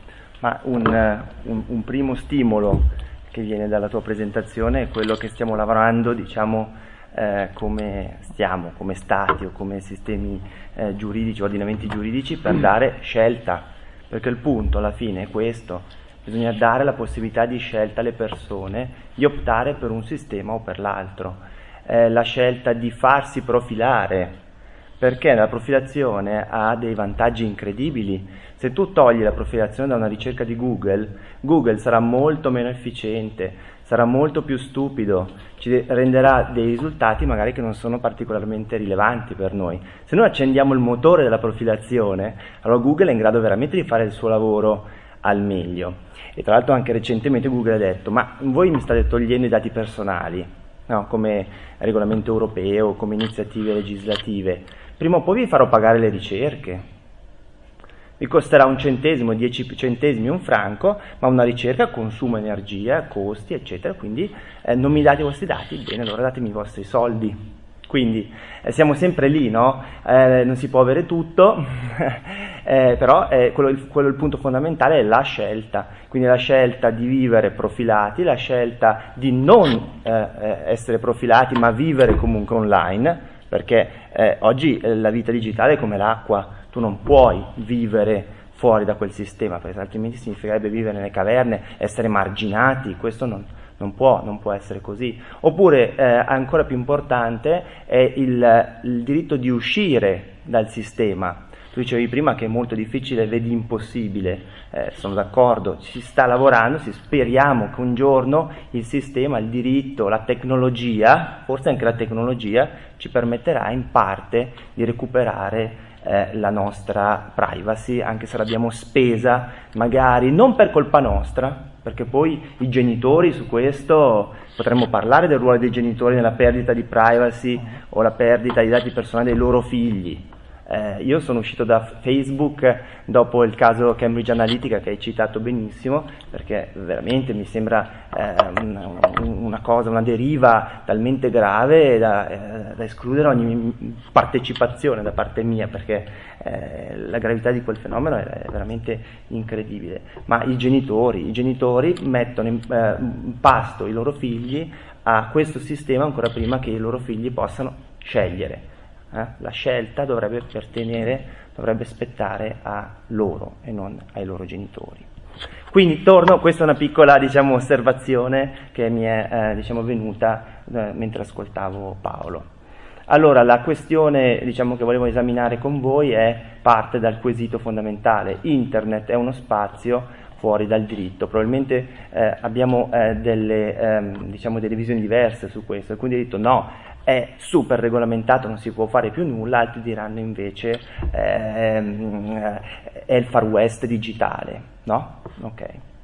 un primo stimolo che viene dalla tua presentazione è quello che stiamo lavorando, diciamo, come stati o come sistemi giuridici, ordinamenti giuridici, per dare scelta, perché il punto alla fine è questo: bisogna dare la possibilità di scelta alle persone di optare per un sistema o per l'altro, la scelta di farsi profilare, perché la profilazione ha dei vantaggi incredibili. Se tu togli la profilazione da una ricerca di Google sarà molto meno efficiente, sarà molto più stupido, ci renderà dei risultati magari che non sono particolarmente rilevanti per noi. Se noi accendiamo il motore della profilazione, allora Google è in grado veramente di fare il suo lavoro al meglio. E tra l'altro anche recentemente Google ha detto: ma voi mi state togliendo i dati personali, no? Come regolamento europeo, come iniziative legislative. Prima o poi vi farò pagare le ricerche. Vi costerà 1 centesimo, 10 centesimi, 1 franco, ma una ricerca consuma energia, costi, eccetera. Quindi non mi date i vostri dati? Bene, allora datemi i vostri soldi. Quindi siamo sempre lì, no? Non si può avere tutto, però quello il punto fondamentale è la scelta. Quindi la scelta di vivere profilati, la scelta di non essere profilati ma vivere comunque online, perché oggi la vita digitale è come l'acqua, tu non puoi vivere fuori da quel sistema, perché altrimenti significherebbe vivere nelle caverne, essere marginati. Questo non può essere così. Oppure, ancora più importante, è il diritto di uscire dal sistema. Tu dicevi prima che è molto difficile, vedi impossibile, sono d'accordo, ci si sta lavorando, speriamo che un giorno il sistema, il diritto, la tecnologia, forse anche la tecnologia, ci permetterà in parte di recuperare la nostra privacy, anche se l'abbiamo spesa magari non per colpa nostra, perché poi i genitori, su questo potremmo parlare del ruolo dei genitori nella perdita di privacy o la perdita di dati personali dei loro figli. Io sono uscito da Facebook dopo il caso Cambridge Analytica, che hai citato benissimo, perché veramente mi sembra una deriva talmente grave da escludere ogni partecipazione da parte mia, perché la gravità di quel fenomeno è veramente incredibile. Ma i genitori mettono in pasto i loro figli a questo sistema ancora prima che i loro figli possano scegliere. La scelta dovrebbe spettare a loro e non ai loro genitori. Quindi questa è una piccola, osservazione che mi è venuta mentre ascoltavo Paolo. Allora, la questione che volevo esaminare con voi parte dal quesito fondamentale: Internet è uno spazio fuori dal diritto. Probabilmente abbiamo delle visioni diverse su questo. Alcuni dicono no, è super regolamentato, non si può fare più nulla, altri diranno invece è il Far West digitale, no? Ok.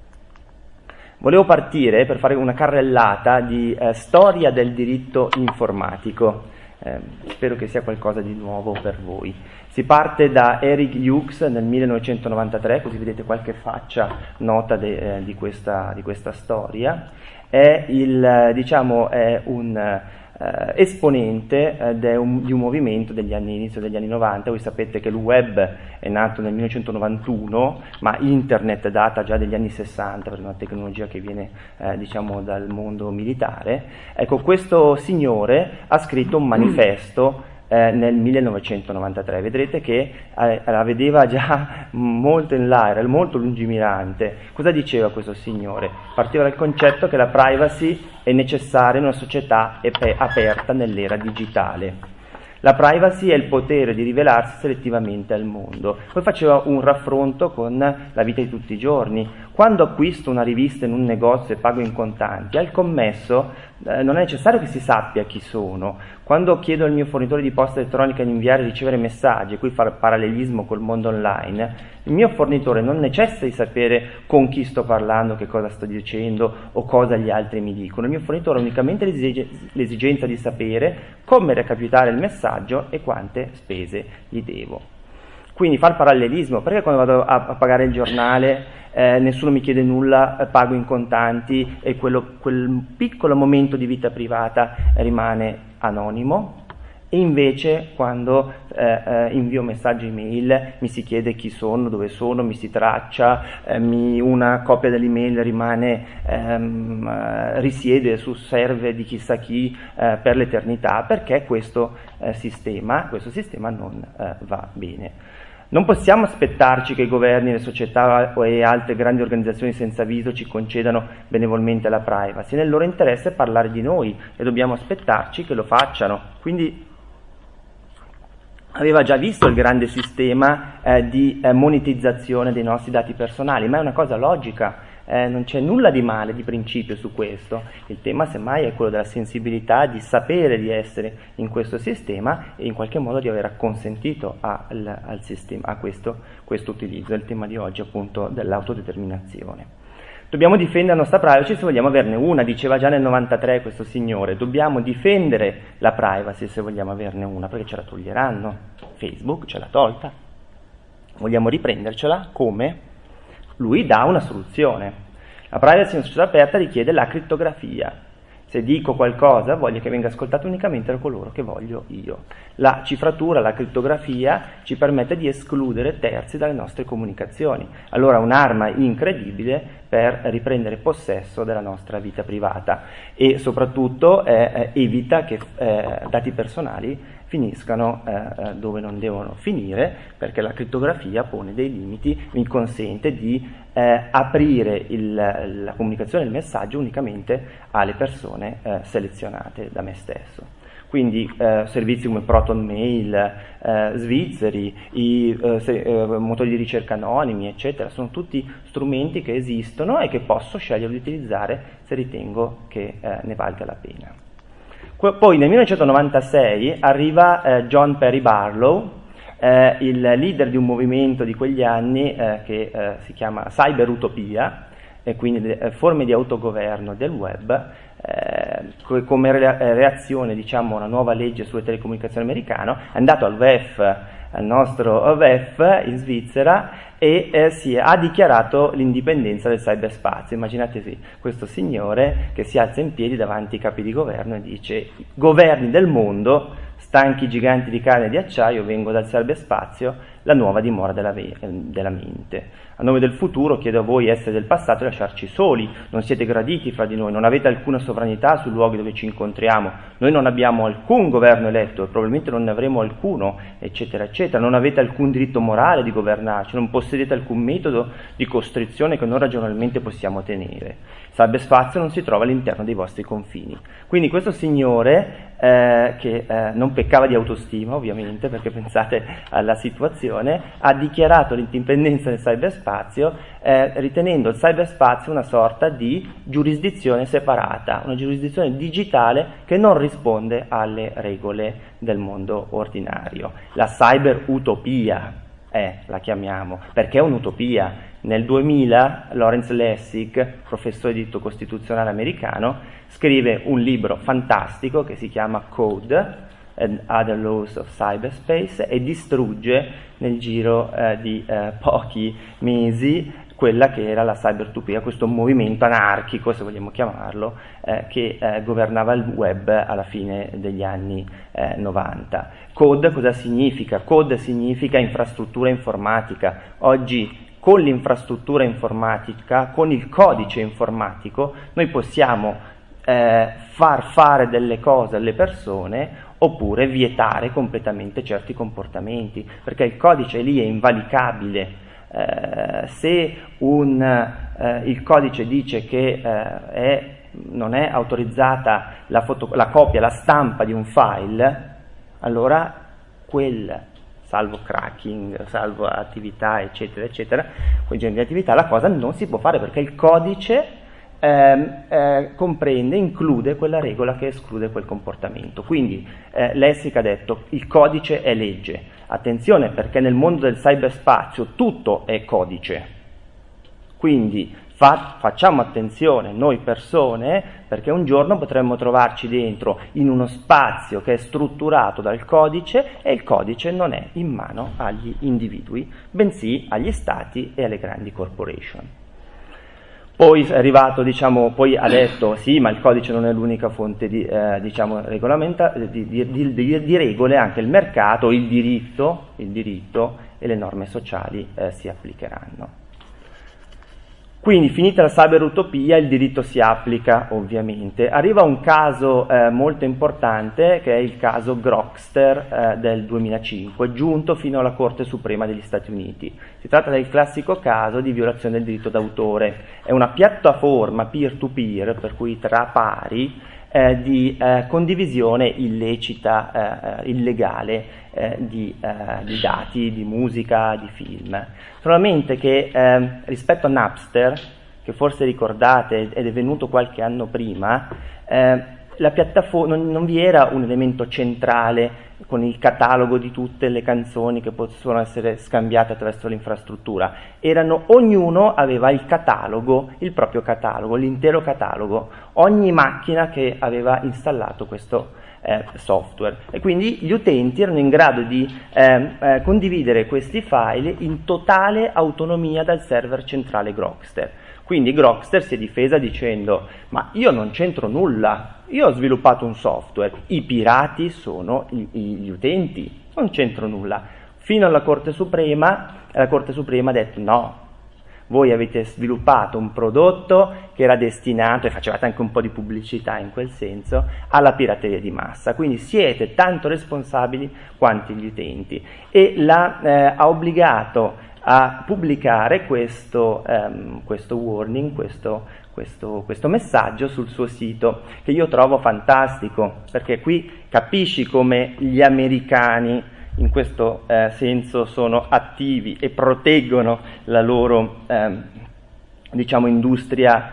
Volevo partire per fare una carrellata di storia del diritto informatico. Spero che sia qualcosa di nuovo per voi. Si parte da Eric Hughes nel 1993, così vedete qualche faccia nota di questa storia. è è un esponente di un movimento inizio degli anni 90. Voi sapete che il web è nato nel 1991, ma internet data già dagli anni 60, per una tecnologia che viene dal mondo militare. Ecco, questo signore ha scritto un manifesto nel 1993. Vedrete che la vedeva già molto in là, era molto lungimirante. Cosa diceva questo signore? Partiva dal concetto che la privacy è necessaria in una società aperta nell'era digitale. La privacy è il potere di rivelarsi selettivamente al mondo. Poi faceva un raffronto con la vita di tutti i giorni. Quando acquisto una rivista in un negozio e pago in contanti, al commesso non è necessario che si sappia chi sono. Quando chiedo al mio fornitore di posta elettronica di inviare e ricevere messaggi, qui fa parallelismo col mondo online, il mio fornitore non necessita di sapere con chi sto parlando, che cosa sto dicendo o cosa gli altri mi dicono. Il mio fornitore ha unicamente l'esigenza di sapere come recapitare il messaggio e quante spese gli devo. Quindi fa il parallelismo, perché quando vado a pagare il giornale nessuno mi chiede nulla, pago in contanti e quel piccolo momento di vita privata rimane anonimo, e invece quando invio messaggi email mi si chiede chi sono, dove sono, mi si traccia, una copia dell'email risiede su server di chissà chi per l'eternità, perché questo sistema non va bene. Non possiamo aspettarci che i governi, le società e altre grandi organizzazioni senza viso ci concedano benevolmente la privacy. Nel loro interesse è parlare di noi e dobbiamo aspettarci che lo facciano. Quindi aveva già visto il grande sistema di monetizzazione dei nostri dati personali, ma è una cosa logica. Non c'è nulla di male di principio su questo. Il tema semmai è quello della sensibilità, di sapere di essere in questo sistema e in qualche modo di aver acconsentito al sistema, a questo utilizzo. È il tema di oggi, appunto, dell'autodeterminazione. Dobbiamo difendere la nostra privacy se vogliamo averne una, diceva già nel 93 questo signore. Dobbiamo difendere la privacy se vogliamo averne una, perché ce la toglieranno. Facebook ce l'ha tolta. Vogliamo riprendercela come? Lui dà una soluzione. La privacy in una società aperta richiede la crittografia. Se dico qualcosa voglio che venga ascoltato unicamente da coloro che voglio io. La cifratura, la crittografia ci permette di escludere terzi dalle nostre comunicazioni. Allora un'arma incredibile per riprendere possesso della nostra vita privata e soprattutto evita che dati personali finiscano dove non devono finire, perché la crittografia pone dei limiti, mi consente di aprire la comunicazione del messaggio unicamente alle persone selezionate da me stesso. Quindi servizi come Proton Mail, svizzeri, i motori di ricerca anonimi, eccetera, sono tutti strumenti che esistono e che posso scegliere di utilizzare se ritengo che ne valga la pena. Poi nel 1996 arriva John Perry Barlow, il leader di un movimento di quegli anni che si chiama Cyber Utopia, e quindi forme di autogoverno del web, come reazione, diciamo, a una nuova legge sulle telecomunicazioni americano. È andato al nostro WEF in Svizzera e ha dichiarato l'indipendenza del cyberspazio. Immaginate questo signore che si alza in piedi davanti ai capi di governo e dice: governi del mondo, stanchi giganti di carne e di acciaio, vengo dal cyberspazio, la nuova dimora della mente. A nome del futuro chiedo a voi essere del passato e lasciarci soli, non siete graditi fra di noi, non avete alcuna sovranità sui luoghi dove ci incontriamo, noi non abbiamo alcun governo eletto e probabilmente non ne avremo alcuno, eccetera, eccetera, non avete alcun diritto morale di governarci, non possedete alcun metodo di costrizione che noi ragionevolmente possiamo tenere. Il cyberspazio non si trova all'interno dei vostri confini. Quindi questo signore, che non peccava di autostima ovviamente, perché pensate alla situazione, ha dichiarato l'indipendenza del cyberspazio, ritenendo il cyberspazio una sorta di giurisdizione separata, una giurisdizione digitale che non risponde alle regole del mondo ordinario. La cyber utopia la chiamiamo, perché è un'utopia. Nel 2000 Lawrence Lessig, professore di diritto costituzionale americano, scrive un libro fantastico che si chiama Code and Other Laws of Cyberspace e distrugge nel giro di pochi mesi quella che era la cybertopia, questo movimento anarchico, se vogliamo chiamarlo, che governava il web alla fine degli anni 90. Code cosa significa? Code significa infrastruttura informatica. Oggi con l'infrastruttura informatica, con il codice informatico, noi possiamo far fare delle cose alle persone oppure vietare completamente certi comportamenti, perché il codice lì è invalicabile. Se il codice dice che non è autorizzata la copia, la stampa di un file, allora salvo cracking, salvo attività, eccetera, eccetera, quel genere di attività, la cosa non si può fare perché il codice comprende, include quella regola che esclude quel comportamento. Quindi Lessig ha detto il codice è legge. Attenzione, perché nel mondo del cyberspazio tutto è codice. Quindi facciamo attenzione noi persone, perché un giorno potremmo trovarci dentro in uno spazio che è strutturato dal codice e il codice non è in mano agli individui, bensì agli stati e alle grandi corporation. Poi è arrivato, poi ha detto sì, ma il codice non è l'unica fonte di regole, anche il mercato, il diritto e le norme sociali si applicheranno. Quindi, finita la cyberutopia, il diritto si applica ovviamente. Arriva un caso molto importante, che è il caso Grokster del 2005, giunto fino alla Corte Suprema degli Stati Uniti. Si tratta del classico caso di violazione del diritto d'autore. È una piattaforma peer-to-peer, per cui tra pari, di condivisione illecita, illegale di dati, di musica, di film. Solamente che rispetto a Napster, che forse ricordate ed è venuto qualche anno prima, la piattaforma non vi era un elemento centrale con il catalogo di tutte le canzoni che possono essere scambiate attraverso l'infrastruttura. Ognuno aveva il catalogo, il proprio catalogo, l'intero catalogo, ogni macchina che aveva installato questo software, e quindi gli utenti erano in grado di condividere questi file in totale autonomia dal server centrale Grokster. Quindi Grokster si è difesa dicendo: ma io non c'entro nulla, io ho sviluppato un software, i pirati sono gli utenti, non c'entro nulla. Fino alla Corte Suprema, la Corte Suprema ha detto: no, voi avete sviluppato un prodotto che era destinato, e facevate anche un po' di pubblicità in quel senso, alla pirateria di massa, quindi siete tanto responsabili quanto gli utenti, e ha obbligato a pubblicare questo warning, questo messaggio sul suo sito, che io trovo fantastico, perché qui capisci come gli americani in questo senso sono attivi e proteggono la loro industria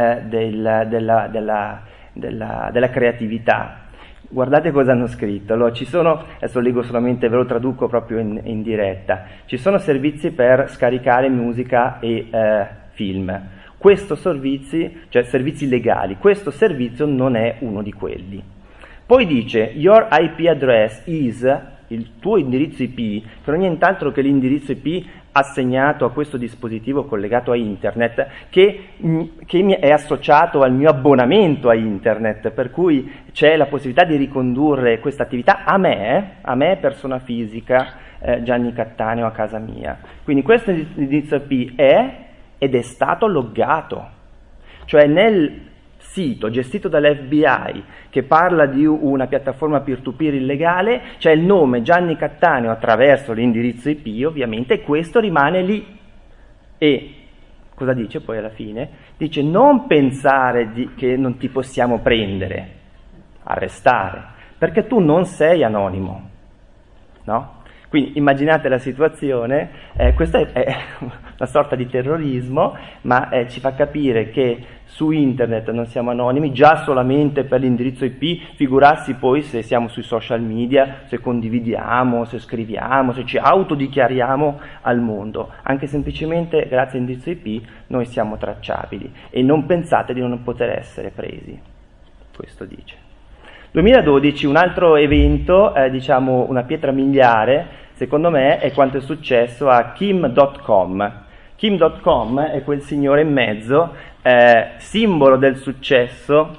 della creatività. Guardate cosa hanno scritto. Allora, adesso leggo solamente, ve lo traduco proprio in diretta. Ci sono servizi per scaricare musica e film. Questo servizi legali, questo servizio non è uno di quelli. Poi dice: your IP address is, il tuo indirizzo IP, che non è nient'altro che l'indirizzo IP assegnato a questo dispositivo collegato a internet, che è associato al mio abbonamento a internet, per cui c'è la possibilità di ricondurre questa attività a me persona fisica, Gianni Cattaneo, a casa mia. Quindi questo indirizzo IP ed è stato loggato, cioè nel sito gestito dall'FBI che parla di una piattaforma peer-to-peer illegale c'è il nome Gianni Cattaneo attraverso l'indirizzo IP, ovviamente, e questo rimane lì. E cosa dice poi alla fine? Dice: non pensare che non ti possiamo prendere, arrestare, perché tu non sei anonimo, no? Quindi immaginate la situazione, questa è una sorta di terrorismo, ma ci fa capire che su internet non siamo anonimi, già solamente per l'indirizzo IP, figurarsi poi se siamo sui social media, se condividiamo, se scriviamo, se ci autodichiariamo al mondo. Anche semplicemente grazie all'indirizzo IP noi siamo tracciabili, e non pensate di non poter essere presi. Questo dice. 2012, un altro evento, una pietra miliare, secondo me, è quanto è successo a Kim.com. Kim.com è quel signore in mezzo, simbolo del successo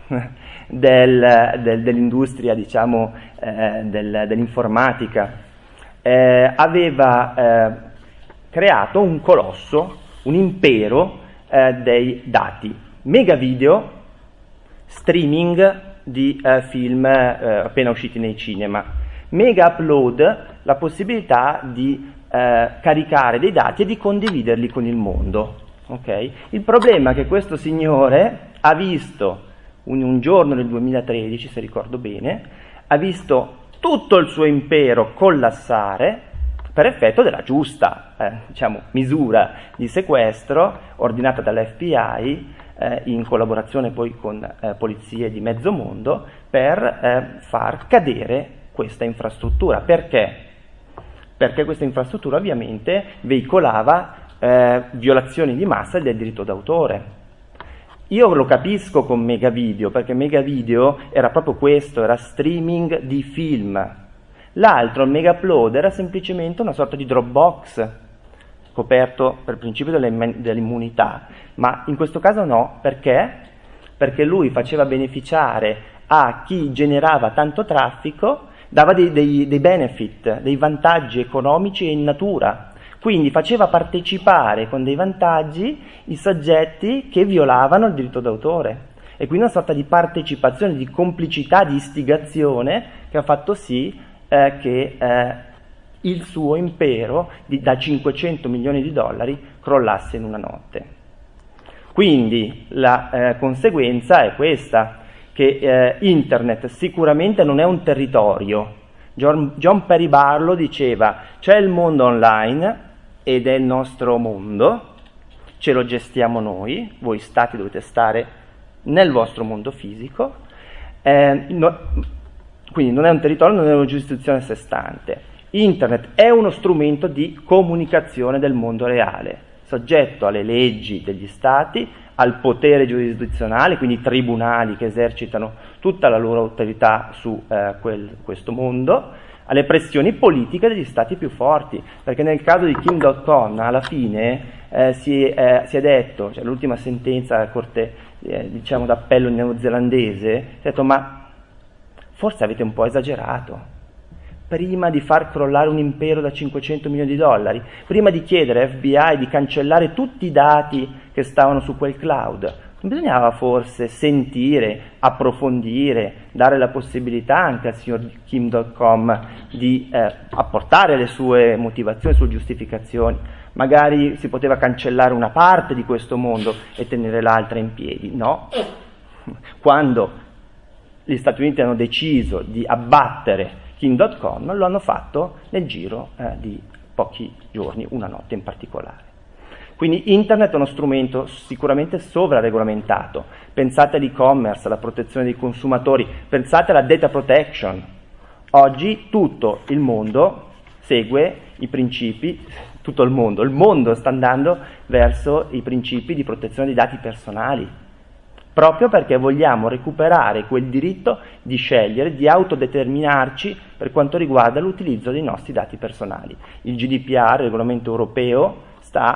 dell'industria, diciamo, dell'informatica. Aveva creato un colosso, un impero dei dati, mega video, streaming di film appena usciti nei cinema, mega upload, la possibilità di caricare dei dati e di condividerli con il mondo. Okay? Il problema è che questo signore ha visto un giorno nel 2013, se ricordo bene, ha visto tutto il suo impero collassare per effetto della giusta diciamo, misura di sequestro ordinata dall'FBI in collaborazione poi con polizie di mezzo mondo per far cadere questa infrastruttura. Perché? Perché questa infrastruttura ovviamente veicolava violazioni di massa del diritto d'autore. Io lo capisco con Megavideo, perché Megavideo era proprio questo, era streaming di film. L'altro, il Megaupload, era semplicemente una sorta di Dropbox, coperto per principio dell'immunità, ma in questo caso no, perché? Perché lui faceva beneficiare a chi generava tanto traffico, dava dei benefit, dei vantaggi economici e in natura. Quindi faceva partecipare con dei vantaggi i soggetti che violavano il diritto d'autore. E quindi una sorta di partecipazione, di complicità, di istigazione che ha fatto sì che il suo impero da 500 milioni di dollari crollasse in una notte. Quindi la conseguenza è questa, che Internet sicuramente non è un territorio. John Perry Barlow diceva: c'è il mondo online ed è il nostro mondo, ce lo gestiamo noi, voi stati dovete stare nel vostro mondo fisico, quindi non è un territorio, non è una giurisdizione a sé stante. Internet è uno strumento di comunicazione del mondo reale, soggetto alle leggi degli stati, al potere giurisdizionale, quindi i tribunali che esercitano tutta la loro autorità su questo mondo, alle pressioni politiche degli stati più forti, perché nel caso di Kim.com alla fine si è detto, cioè l'ultima sentenza della Corte diciamo d'appello neozelandese, si è detto: ma forse avete un po' esagerato. Prima di far crollare un impero da 500 milioni di dollari, prima di chiedere ai FBI di cancellare tutti i dati che stavano su quel cloud, non bisognava forse sentire, approfondire, dare la possibilità anche al signor Kim.com di apportare le sue motivazioni, le sue giustificazioni? Magari si poteva cancellare una parte di questo mondo e tenere l'altra in piedi. No. Quando gli Stati Uniti hanno deciso di abbattere Kim.com, lo hanno fatto nel giro di pochi giorni, una notte in particolare. Quindi Internet è uno strumento sicuramente sovraregolamentato. Pensate all'e-commerce, alla protezione dei consumatori, pensate alla data protection. Oggi tutto il mondo segue i principi, tutto il mondo sta andando verso i principi di protezione dei dati personali, proprio perché vogliamo recuperare quel diritto di scegliere, di autodeterminarci per quanto riguarda l'utilizzo dei nostri dati personali. Il GDPR, il regolamento europeo,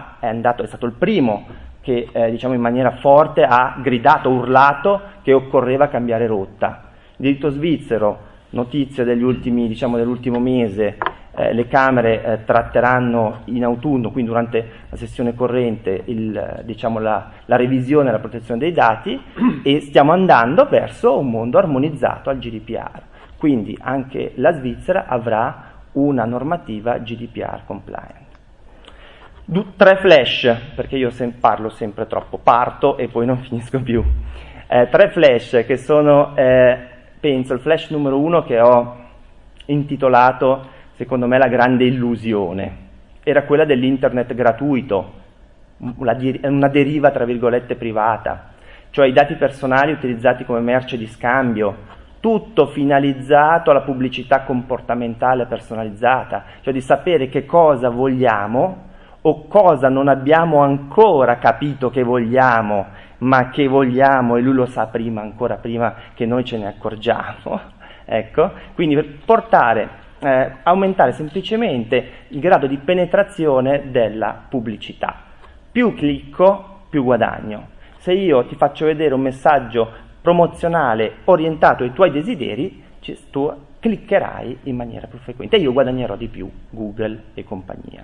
è stato il primo che diciamo in maniera forte ha gridato, urlato che occorreva cambiare rotta. Il diritto svizzero, notizia dell'ultimo mese, le Camere tratteranno in autunno, quindi durante la sessione corrente, la revisione della protezione dei dati, e stiamo andando verso un mondo armonizzato al GDPR. Quindi anche la Svizzera avrà una normativa GDPR compliant. 3 flash, perché io parlo sempre troppo, parto e poi non finisco più. 3 flash che sono, penso, il flash numero 1 che ho intitolato, secondo me, la grande illusione. Era quella dell'internet gratuito, una deriva tra virgolette privata, cioè i dati personali utilizzati come merce di scambio, tutto finalizzato alla pubblicità comportamentale personalizzata, cioè di sapere che cosa vogliamo o cosa non abbiamo ancora capito che vogliamo, ma che vogliamo e lui lo sa prima, ancora prima che noi ce ne accorgiamo. Ecco, quindi per aumentare semplicemente il grado di penetrazione della pubblicità. più clicco, più guadagno. Se io ti faccio vedere un messaggio promozionale orientato ai tuoi desideri, tu cliccherai in maniera più frequente e io guadagnerò di più, Google e compagnia.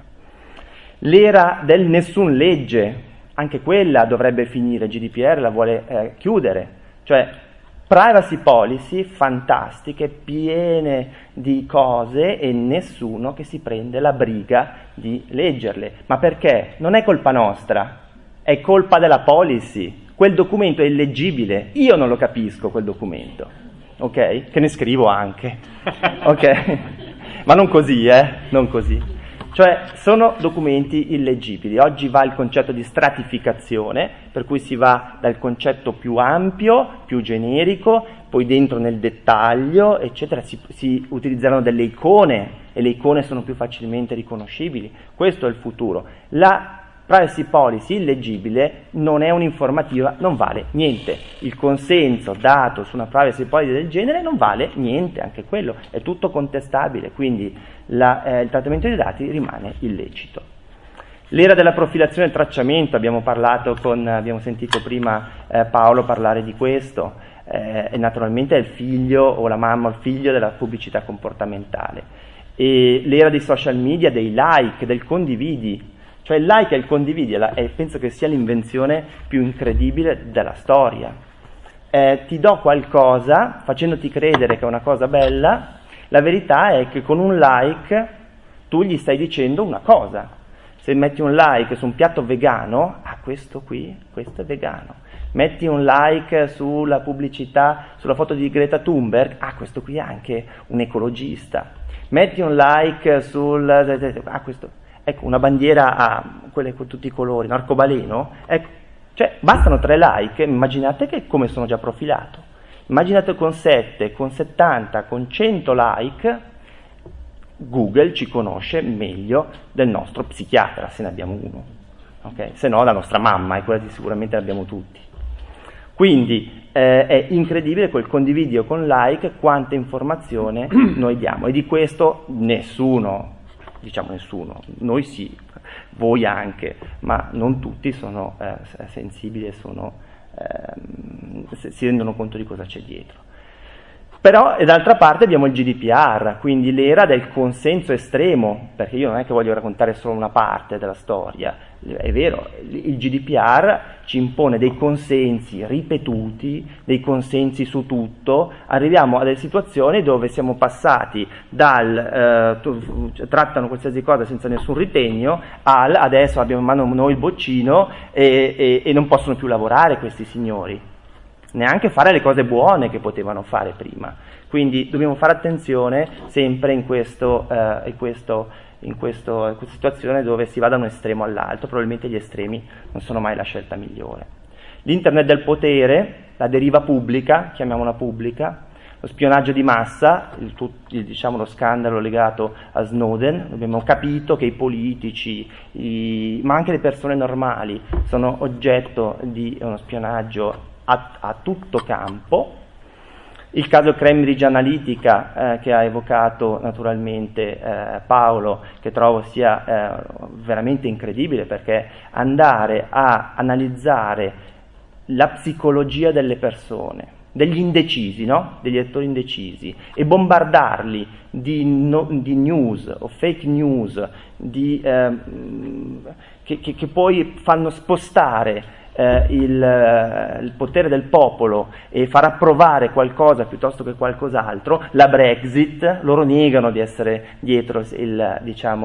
L'era del nessun legge, anche quella dovrebbe finire, GDPR la vuole chiudere, cioè privacy policy fantastiche, piene di cose e nessuno che si prende la briga di leggerle. Ma perché? Non è colpa nostra, è colpa della policy. Quel documento è illeggibile, io non lo capisco quel documento, ok? Che ne scrivo anche, ok? Ma non così, non così. Cioè sono documenti illeggibili. Oggi va il concetto di stratificazione, per cui si va dal concetto più ampio, più generico, poi dentro nel dettaglio, eccetera, si utilizzano delle icone e le icone sono più facilmente riconoscibili. Questo è il futuro. La privacy policy illeggibile non è un'informativa, non vale niente. Il consenso dato su una privacy policy del genere non vale niente, anche quello è tutto contestabile, quindi il trattamento dei dati rimane illecito. L'era della profilazione e tracciamento, abbiamo sentito prima Paolo parlare di questo, e naturalmente è il figlio o la mamma o il figlio della pubblicità comportamentale. E l'era dei social media, dei like, del condividi. Cioè il like e il condividi penso che sia l'invenzione più incredibile della storia. Ti do qualcosa facendoti credere che è una cosa bella, la verità è che con un like tu gli stai dicendo una cosa. Se metti un like su un piatto vegano, questo è vegano. Metti un like sulla pubblicità, sulla foto di Greta Thunberg, questo qui è anche un ecologista. Metti un like questo... Ecco, una bandiera quelle con tutti i colori, un arcobaleno, ecco, cioè bastano 3 like, immaginate che come sono già profilato. Immaginate con 7, con 70, con 100 like, Google ci conosce meglio del nostro psichiatra, se ne abbiamo uno, okay? Se no la nostra mamma, e quella sicuramente l'abbiamo tutti. Quindi è incredibile col condividi o con like quanta informazione noi diamo, e di questo nessuno, noi sì, voi anche, ma non tutti sono sensibili e si rendono conto di cosa c'è dietro. Però d'altra parte abbiamo il GDPR, quindi l'era del consenso estremo, perché io non è che voglio raccontare solo una parte della storia, è vero, il GDPR ci impone dei consensi ripetuti, dei consensi su tutto, arriviamo a delle situazioni dove siamo passati trattano qualsiasi cosa senza nessun ritegno, adesso abbiamo in mano noi il boccino e non possono più lavorare questi signori. Neanche fare le cose buone che potevano fare prima. Quindi dobbiamo fare attenzione sempre in questa situazione dove si va da un estremo all'altro. Probabilmente gli estremi non sono mai la scelta migliore. L'internet del potere, la deriva pubblica, chiamiamola pubblica, lo spionaggio di massa, lo scandalo legato a Snowden. Abbiamo capito che i politici, ma anche le persone normali, sono oggetto di uno spionaggio a tutto campo. Il caso Cambridge Analytica che ha evocato naturalmente Paolo, che trovo sia veramente incredibile, perché andare a analizzare la psicologia delle persone, degli indecisi, no? Degli elettori indecisi, e bombardarli di news o fake news che poi fanno spostare il potere del popolo e far approvare qualcosa piuttosto che qualcos'altro, la Brexit. Loro negano di essere dietro il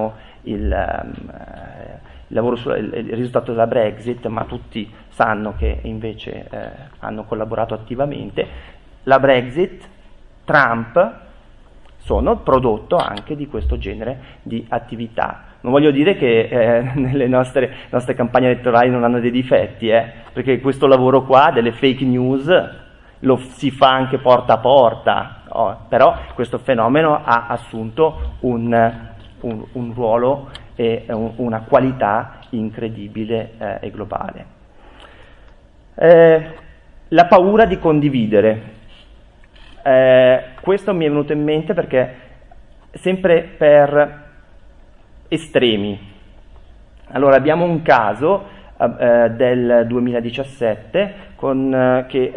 risultato della Brexit, ma tutti sanno che invece hanno collaborato attivamente. La Brexit, Trump sono prodotto anche di questo genere di attività. Non voglio dire che nelle nostre campagne elettorali non hanno dei difetti, perché questo lavoro qua delle fake news lo si fa anche porta a porta, però questo fenomeno ha assunto un ruolo e una qualità incredibile e globale. La paura di condividere. Questo mi è venuto in mente perché sempre per estremi. Allora abbiamo un caso del 2017 che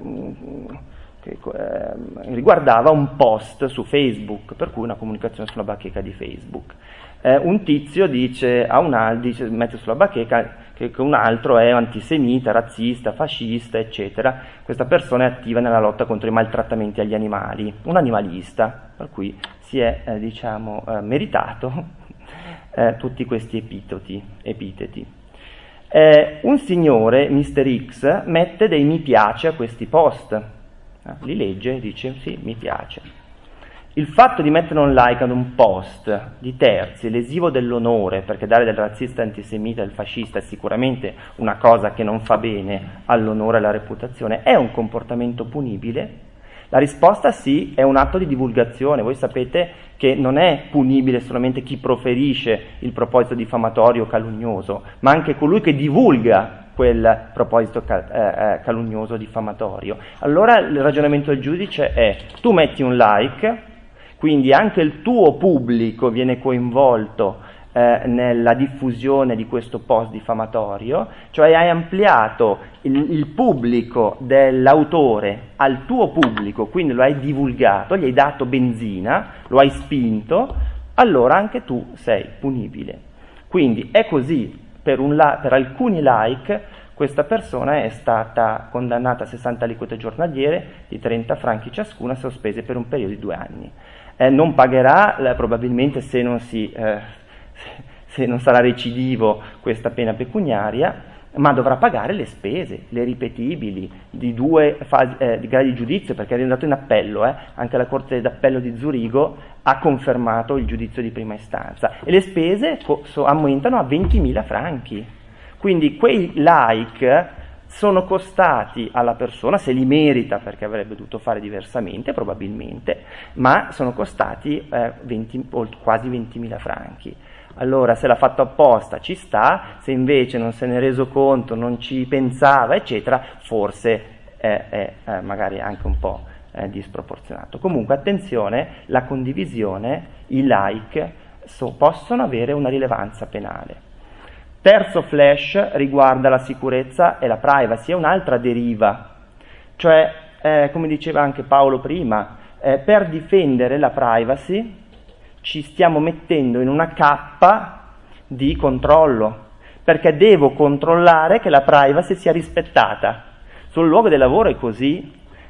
riguardava un post su Facebook, per cui una comunicazione sulla bacheca di Facebook. Un tizio mette sulla bacheca che un altro è antisemita, razzista, fascista, eccetera. Questa persona è attiva nella lotta contro i maltrattamenti agli animali, un animalista, per cui si è meritato tutti questi epiteti. Un signore, Mr. X, mette dei mi piace a questi post, li legge e dice sì, mi piace. Il fatto di mettere un like ad un post di terzi lesivo dell'onore, perché dare del razzista, antisemita e del fascista è sicuramente una cosa che non fa bene all'onore e alla reputazione, è un comportamento punibile? La risposta sì, è un atto di divulgazione. Voi sapete che non è punibile solamente chi proferisce il proposito diffamatorio o calunnioso, ma anche colui che divulga quel proposito calunnioso o diffamatorio. Allora il ragionamento del giudice è: tu metti un like, quindi anche il tuo pubblico viene coinvolto nella diffusione di questo post diffamatorio, cioè hai ampliato il pubblico dell'autore al tuo pubblico, quindi lo hai divulgato, gli hai dato benzina, lo hai spinto, allora anche tu sei punibile. Quindi è così, per alcuni like questa persona è stata condannata a 60 aliquote giornaliere di 30 franchi ciascuna, sospese per un periodo di 2 anni. Non pagherà probabilmente, se non sarà recidivo, questa pena pecuniaria, ma dovrà pagare le spese, le ripetibili, di 2 gradi di giudizio, perché è andato in appello, anche la Corte d'Appello di Zurigo ha confermato il giudizio di prima istanza, e le spese aumentano a 20.000 franchi. Quindi quei like sono costati alla persona, se li merita perché avrebbe dovuto fare diversamente probabilmente, ma sono costati quasi 20.000 franchi. Allora, se l'ha fatto apposta ci sta, se invece non se ne è reso conto, non ci pensava, eccetera, forse è magari anche un po' disproporzionato. Comunque attenzione, la condivisione, i like possono avere una rilevanza penale. Terzo flash riguarda la sicurezza e la privacy, è un'altra deriva, cioè come diceva anche Paolo prima, per difendere la privacy ci stiamo mettendo in una cappa di controllo, perché devo controllare che la privacy sia rispettata. Sul luogo del lavoro è così,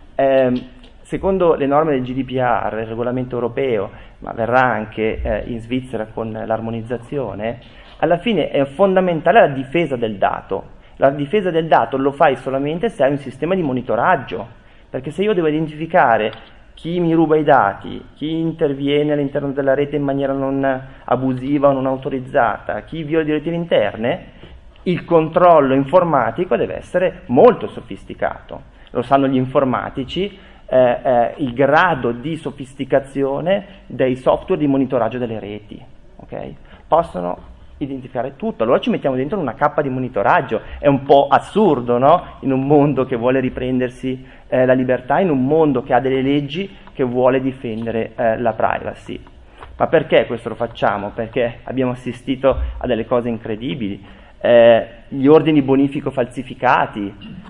secondo le norme del GDPR, il regolamento europeo, ma verrà anche in Svizzera con l'armonizzazione, alla fine è fondamentale la difesa del dato. La difesa del dato lo fai solamente se hai un sistema di monitoraggio, perché se io devo identificare chi mi ruba i dati, chi interviene all'interno della rete in maniera non abusiva o non autorizzata, chi viola direttive interne, il controllo informatico deve essere molto sofisticato. Lo sanno gli informatici, il grado di sofisticazione dei software di monitoraggio delle reti, okay? Possono identificare tutto, allora ci mettiamo dentro una cappa di monitoraggio. È un po' assurdo, no? In un mondo che vuole riprendersi la libertà, in un mondo che ha delle leggi che vuole difendere la privacy. Ma perché questo lo facciamo? Perché abbiamo assistito a delle cose incredibili, gli ordini bonifico falsificati,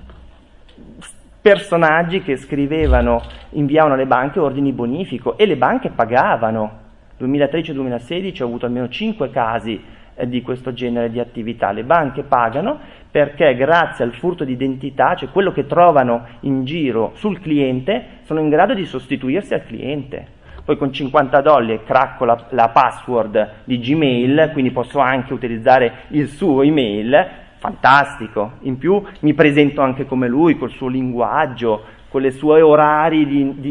personaggi che inviavano alle banche ordini bonifico e le banche pagavano. 2013-2016 ho avuto almeno 5 casi di questo genere di attività. Le banche pagano perché grazie al furto di identità, cioè quello che trovano in giro sul cliente, sono in grado di sostituirsi al cliente. Poi con $50 cracco la password di Gmail, quindi posso anche utilizzare il suo email, fantastico. In più mi presento anche come lui, col suo linguaggio, con le sue orari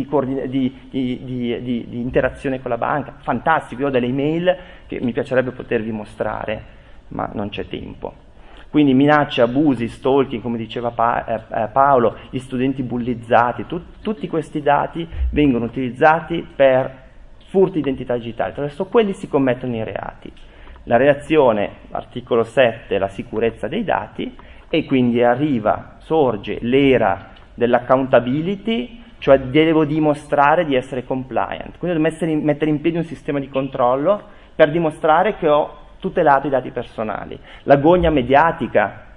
di interazione con la banca, fantastico. Io ho delle email che mi piacerebbe potervi mostrare, ma non c'è tempo. Quindi minacce, abusi, stalking, come diceva Paolo, gli studenti bullizzati, tutti questi dati vengono utilizzati per furti di identità digitale, attraverso quelli si commettono i reati. La reazione, articolo 7, la sicurezza dei dati, e quindi sorge l'era dell'accountability, cioè devo dimostrare di essere compliant, quindi devo mettere in piedi un sistema di controllo per dimostrare che ho tutelato i dati personali. L'agonia mediatica,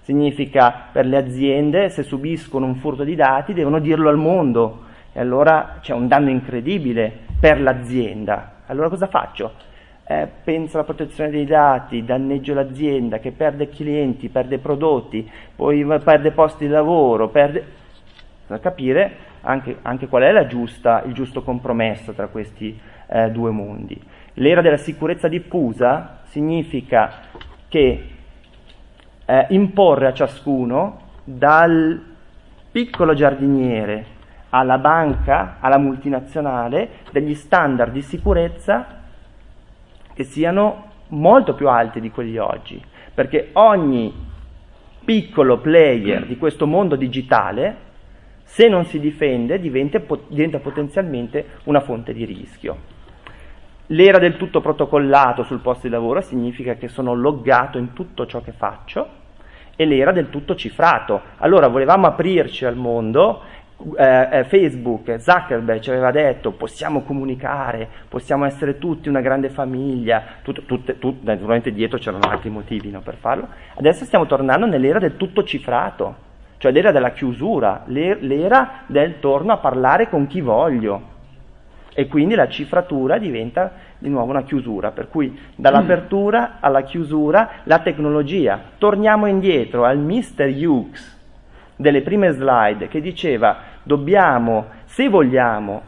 significa per le aziende, se subiscono un furto di dati devono dirlo al mondo e allora c'è un danno incredibile per l'azienda. Allora cosa faccio? Penso alla protezione dei dati, danneggio l'azienda che perde clienti, perde prodotti, poi perde posti di lavoro, bisogna capire anche qual è il giusto compromesso tra questi due mondi. L'era della sicurezza diffusa significa che imporre a ciascuno, dal piccolo giardiniere alla banca, alla multinazionale, degli standard di sicurezza che siano molto più alti di quelli oggi, perché ogni piccolo player di questo mondo digitale, se non si difende, diventa potenzialmente una fonte di rischio. L'era del tutto protocollato sul posto di lavoro significa che sono loggato in tutto ciò che faccio, e l'era del tutto cifrato. Allora volevamo aprirci al mondo, Facebook, Zuckerberg ci aveva detto possiamo comunicare, possiamo essere tutti una grande famiglia, naturalmente dietro c'erano altri motivi, no, per farlo. Adesso stiamo tornando nell'era del tutto cifrato, cioè l'era della chiusura, l'era del torno a parlare con chi voglio, e quindi la cifratura diventa di nuovo una chiusura, per cui dall'apertura alla chiusura la tecnologia. Torniamo indietro al Mr. Hughes delle prime slide che diceva dobbiamo, se vogliamo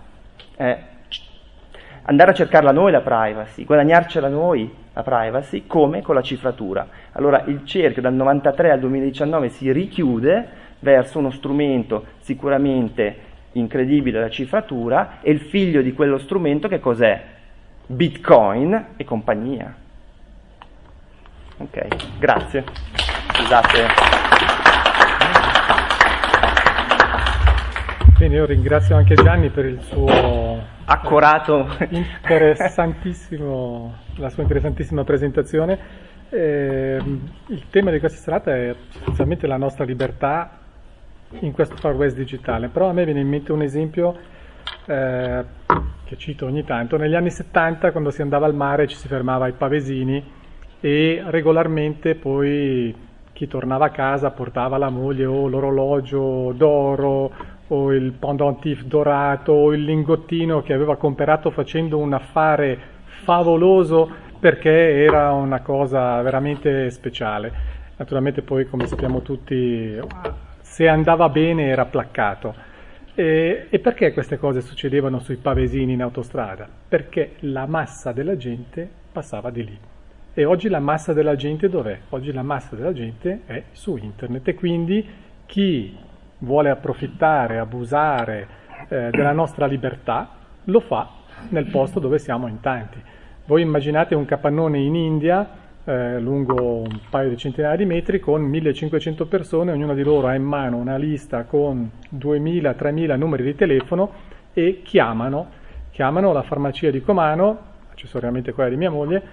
andare a cercarla noi la privacy, guadagnarcela noi la privacy, come con la cifratura. Allora il cerchio dal 93 al 2019 si richiude verso uno strumento sicuramente incredibile, la cifratura, e il figlio di quello strumento che cos'è? Bitcoin e compagnia. Ok, grazie. Scusate. Bene, io ringrazio anche Gianni per il suo accorato, la sua interessantissima presentazione. Il tema di questa serata è sostanzialmente la nostra libertà in questo Far West digitale, però a me viene in mente un esempio che cito ogni tanto. Negli anni 70, quando si andava al mare, ci si fermava ai pavesini e regolarmente poi chi tornava a casa portava la moglie o l'orologio d'oro o il pendentif dorato o il lingottino che aveva comprato facendo un affare favoloso perché era una cosa veramente speciale. Naturalmente poi, come sappiamo tutti, se andava bene era placcato. E perché queste cose succedevano sui pavesini in autostrada? Perché la massa della gente passava di lì. E oggi la massa della gente dov'è? Oggi la massa della gente è su internet, e quindi chi vuole approfittare, abusare della nostra libertà lo fa nel posto dove siamo in tanti. Voi immaginate un capannone in India lungo un paio di centinaia di metri con 1500 persone, ognuna di loro ha in mano una lista con 2000-3000 numeri di telefono e chiamano la farmacia di Comano, accessoriamente quella di mia moglie,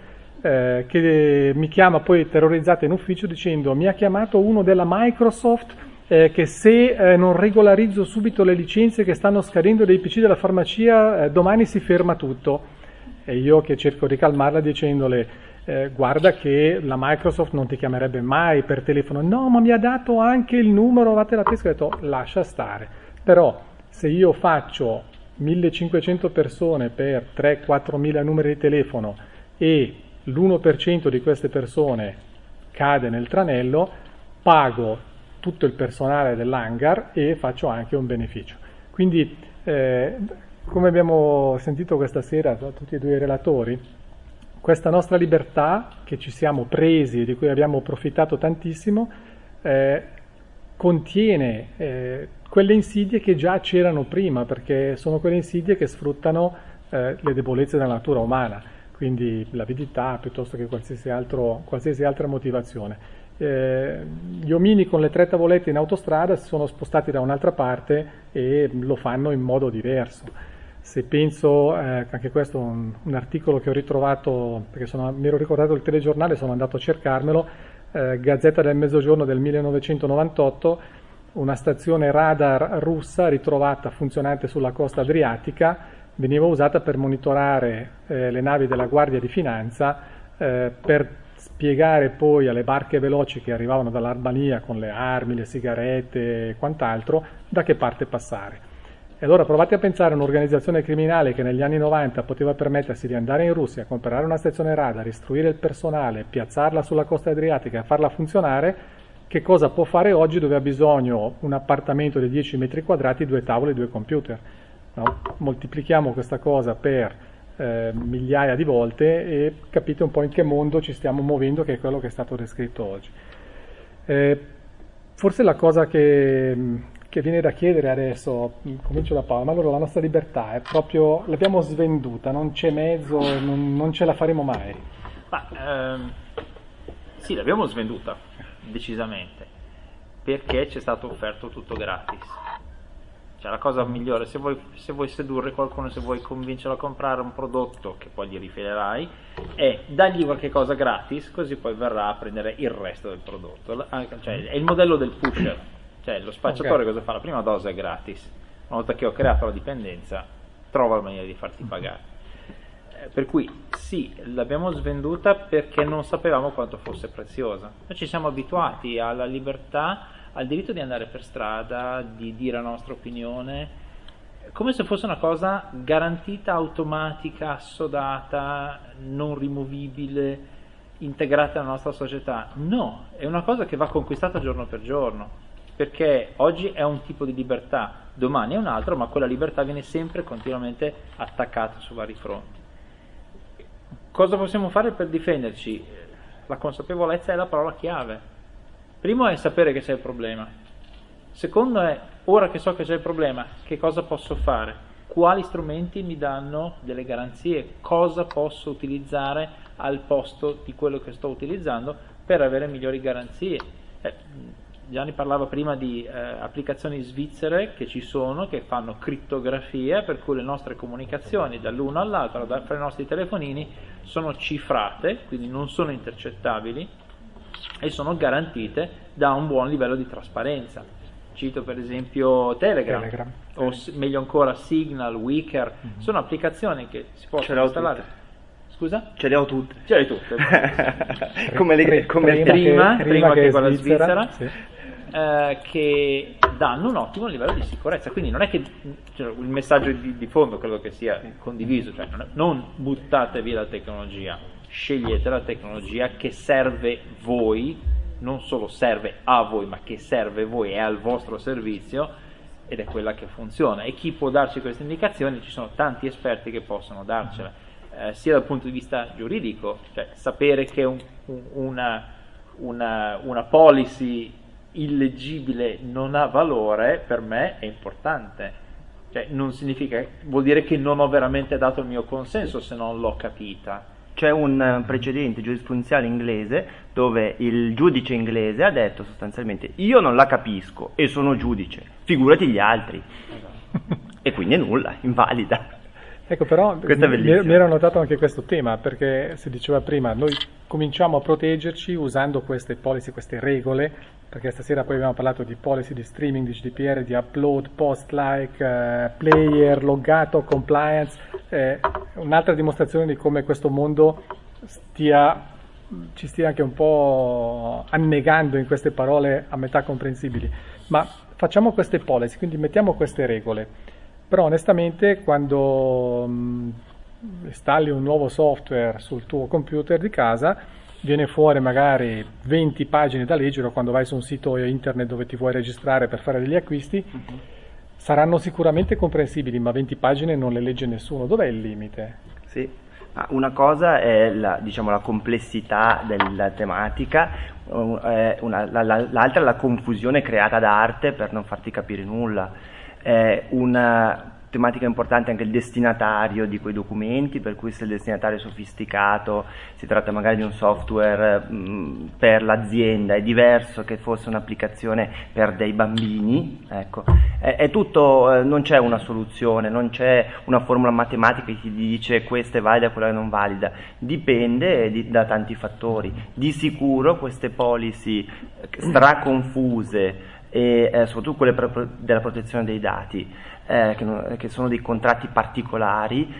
che mi chiama poi terrorizzata in ufficio dicendo: mi ha chiamato uno della Microsoft che se non regolarizzo subito le licenze che stanno scadendo dei PC della farmacia domani si ferma tutto. E io che cerco di calmarla dicendole guarda che la Microsoft non ti chiamerebbe mai per telefono. No, ma mi ha dato anche il numero, vattene la pesca. Ho detto lascia stare. Però se io faccio 1500 persone per 3-4 mila numeri di telefono e l'1% di queste persone cade nel tranello, pago tutto il personale dell'hangar e faccio anche un beneficio. Quindi come abbiamo sentito questa sera da tutti e due i relatori, questa nostra libertà che ci siamo presi e di cui abbiamo approfittato tantissimo contiene quelle insidie che già c'erano prima, perché sono quelle insidie che sfruttano le debolezze della natura umana, quindi l'avidità piuttosto che qualsiasi altra motivazione. Gli omini con le 3 tavolette in autostrada si sono spostati da un'altra parte e lo fanno in modo diverso. Se penso, anche questo è un articolo che ho ritrovato, perché mi ero ricordato il telegiornale, sono andato a cercarmelo, Gazzetta del Mezzogiorno del 1998, una stazione radar russa ritrovata funzionante sulla costa adriatica, veniva usata per monitorare le navi della Guardia di Finanza per spiegare poi alle barche veloci che arrivavano dall'Albania con le armi, le sigarette e quant'altro, da che parte passare. E allora provate a pensare a un'organizzazione criminale che negli anni 90 poteva permettersi di andare in Russia, comprare una stazione radar, istruire il personale, piazzarla sulla costa adriatica e farla funzionare, che cosa può fare oggi dove ha bisogno un appartamento di 10 metri quadrati, 2 tavole e 2 computer. No? Moltiplichiamo questa cosa per migliaia di volte e capite un po' in che mondo ci stiamo muovendo, che è quello che è stato descritto oggi. Forse la cosa che viene da chiedere adesso, comincio da Paolo, ma allora la nostra libertà è proprio, l'abbiamo svenduta, non c'è mezzo, non ce la faremo mai? Sì, l'abbiamo svenduta, decisamente, perché ci è stato offerto tutto gratis. Cioè la cosa migliore, se vuoi sedurre qualcuno, se vuoi convincerlo a comprare un prodotto che poi gli rifilerai, è dargli qualche cosa gratis, così poi verrà a prendere il resto del prodotto. Cioè è il modello del pusher. Cioè lo spacciatore cosa fa? La prima dose è gratis, una volta che ho creato la dipendenza trova la maniera di farti pagare. Per cui sì, l'abbiamo svenduta perché non sapevamo quanto fosse preziosa. Noi ci siamo abituati alla libertà, al diritto di andare per strada, di dire la nostra opinione, come se fosse una cosa garantita, automatica, assodata, non rimovibile, integrata nella nostra società. No, è una cosa che va conquistata giorno per giorno. Perché oggi è un tipo di libertà, domani è un altro, ma quella libertà viene sempre continuamente attaccata su vari fronti. Cosa possiamo fare per difenderci? La consapevolezza è la parola chiave. Primo è sapere che c'è il problema. Secondo è, ora che so che c'è il problema, che cosa posso fare? Quali strumenti mi danno delle garanzie? Cosa posso utilizzare al posto di quello che sto utilizzando per avere migliori garanzie? Gianni parlava prima di applicazioni svizzere che ci sono, che fanno crittografia, per cui le nostre comunicazioni dall'uno all'altro, fra i nostri telefonini, sono cifrate, quindi non sono intercettabili e sono garantite da un buon livello di trasparenza. Cito per esempio Telegram. O meglio ancora Signal, Wicker, sono applicazioni che si possono installare. Scusa? Ce le ho tutte. Ce le hai tutte. prima che quella svizzera. Sì. Che danno un ottimo livello di sicurezza, quindi non è che il messaggio di fondo credo che sia condiviso, cioè non buttate via la tecnologia, scegliete la tecnologia che serve voi, non solo serve a voi ma che serve voi, è al vostro servizio ed è quella che funziona. E chi può darci queste indicazioni? Ci sono tanti esperti che possono darcele, sia dal punto di vista giuridico, cioè sapere che una policy illeggibile non ha valore per me è importante, cioè non significa, vuol dire che non ho veramente dato il mio consenso se non l'ho capita. C'è un precedente giurisprudenziale inglese dove il giudice inglese ha detto sostanzialmente: io non la capisco e sono giudice, figurati gli altri. E quindi è nulla, invalida. Ecco, però mi ero notato anche questo tema, perché si diceva prima, noi cominciamo a proteggerci usando queste policy, queste regole, perché stasera poi abbiamo parlato di policy, di streaming, di GDPR, di upload, post-like, player, loggato, compliance, un'altra dimostrazione di come questo mondo ci stia anche un po' annegando in queste parole a metà comprensibili. Ma facciamo queste policy, quindi mettiamo queste regole. Però onestamente quando installi un nuovo software sul tuo computer di casa viene fuori magari 20 pagine da leggere, o quando vai su un sito internet dove ti vuoi registrare per fare degli acquisti, saranno sicuramente comprensibili, ma 20 pagine non le legge nessuno. Dov'è il limite? Sì, una cosa è la complessità della tematica, l'altra è la confusione creata da arte per non farti capire nulla. Una tematica importante è anche il destinatario di quei documenti, per cui se il destinatario è sofisticato, si tratta magari di un software per l'azienda, è diverso che fosse un'applicazione per dei bambini, ecco. È tutto, non c'è una soluzione, non c'è una formula matematica che ti dice questa è valida, quella è non valida, dipende da tanti fattori. Di sicuro queste policy straconfuse e soprattutto quelle della protezione dei dati, che sono dei contratti particolari,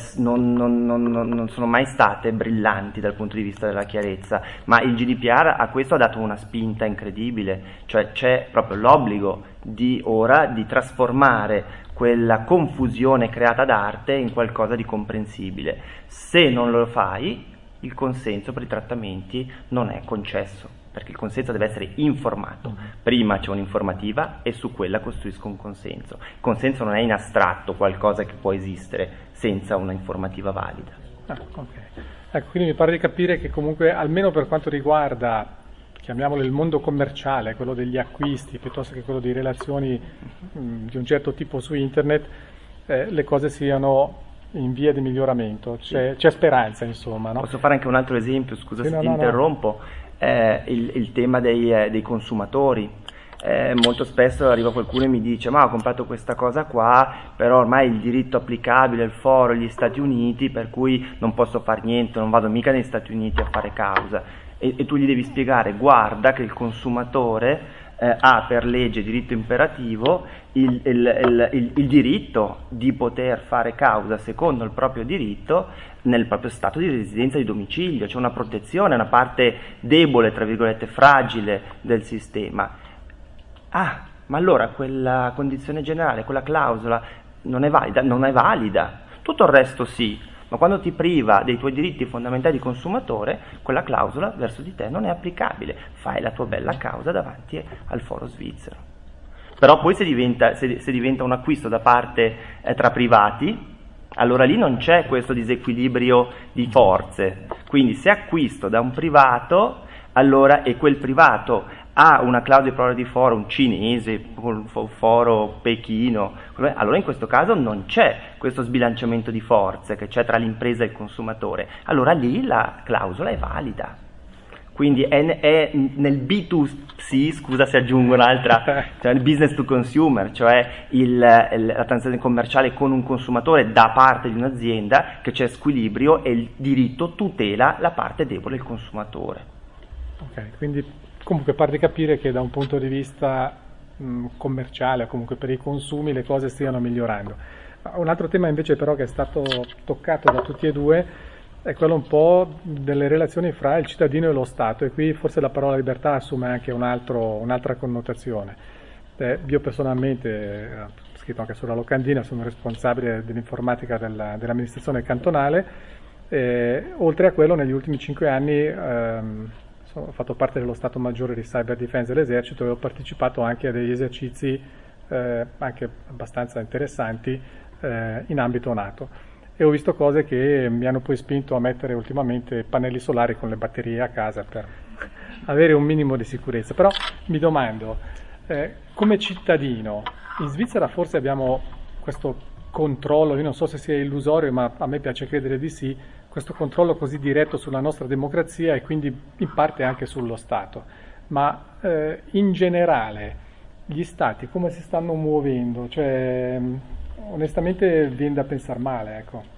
non sono mai state brillanti dal punto di vista della chiarezza, ma il GDPR a questo ha dato una spinta incredibile, cioè c'è proprio l'obbligo ora di trasformare quella confusione creata d'arte in qualcosa di comprensibile. Se non lo fai, il consenso per i trattamenti non è concesso, perché il consenso deve essere informato. Prima c'è un'informativa e su quella costruisco un consenso. Il consenso non è in astratto qualcosa che può esistere senza una informativa valida. Okay. Ecco, quindi mi pare di capire che comunque, almeno per quanto riguarda, chiamiamolo il mondo commerciale, quello degli acquisti, piuttosto che quello di relazioni di un certo tipo su internet, le cose siano in via di miglioramento, c'è speranza, insomma, no? Posso fare anche un altro esempio, scusa se ti interrompo, il tema dei consumatori. Molto spesso arriva qualcuno e mi dice: ma ho comprato questa cosa qua, però ormai il diritto applicabile, il foro, gli Stati Uniti, per cui non posso fare niente, non vado mica negli Stati Uniti a fare causa. E tu gli devi spiegare: guarda che il consumatore ha per legge diritto imperativo il diritto di poter fare causa secondo il proprio diritto nel proprio stato di residenza di domicilio. C'è una protezione, una parte debole, tra virgolette fragile del sistema. Ma allora quella condizione generale, quella clausola non è valida? Non è valida. Tutto il resto sì, ma quando ti priva dei tuoi diritti fondamentali di consumatore, quella clausola verso di te non è applicabile. Fai la tua bella causa davanti al foro svizzero. Però poi se diventa un acquisto da parte tra privati, allora lì non c'è questo disequilibrio di forze. Quindi se acquisto da un privato, allora, e quel privato ha una clausola di proroga di foro, un cinese, un foro pechino, allora in questo caso non c'è questo sbilanciamento di forze che c'è tra l'impresa e il consumatore, allora lì la clausola è valida. Quindi è nel B2C, scusa se aggiungo un'altra, cioè il business to consumer, cioè la transazione commerciale con un consumatore da parte di un'azienda, che c'è squilibrio e il diritto tutela la parte debole del consumatore. Ok, quindi comunque pare di capire che da un punto di vista commerciale, o comunque per i consumi, le cose stiano migliorando. Un altro tema invece però che è stato toccato da tutti e due è quello un po' delle relazioni fra il cittadino e lo Stato, e qui forse la parola libertà assume anche un'altra connotazione. Io personalmente, ho scritto anche sulla locandina, sono responsabile dell'informatica dell'amministrazione cantonale, oltre a quello negli ultimi 5 anni ho fatto parte dello Stato Maggiore di Cyber Defense dell'Esercito e ho partecipato anche a degli esercizi anche abbastanza interessanti in ambito NATO. E ho visto cose che mi hanno poi spinto a mettere ultimamente pannelli solari con le batterie a casa per avere un minimo di sicurezza. Però mi domando, come cittadino, in Svizzera forse abbiamo questo controllo, io non so se sia illusorio, ma a me piace credere di sì, questo controllo così diretto sulla nostra democrazia e quindi in parte anche sullo Stato. Ma in generale gli Stati come si stanno muovendo? Cioè, onestamente viene da pensare male, ecco.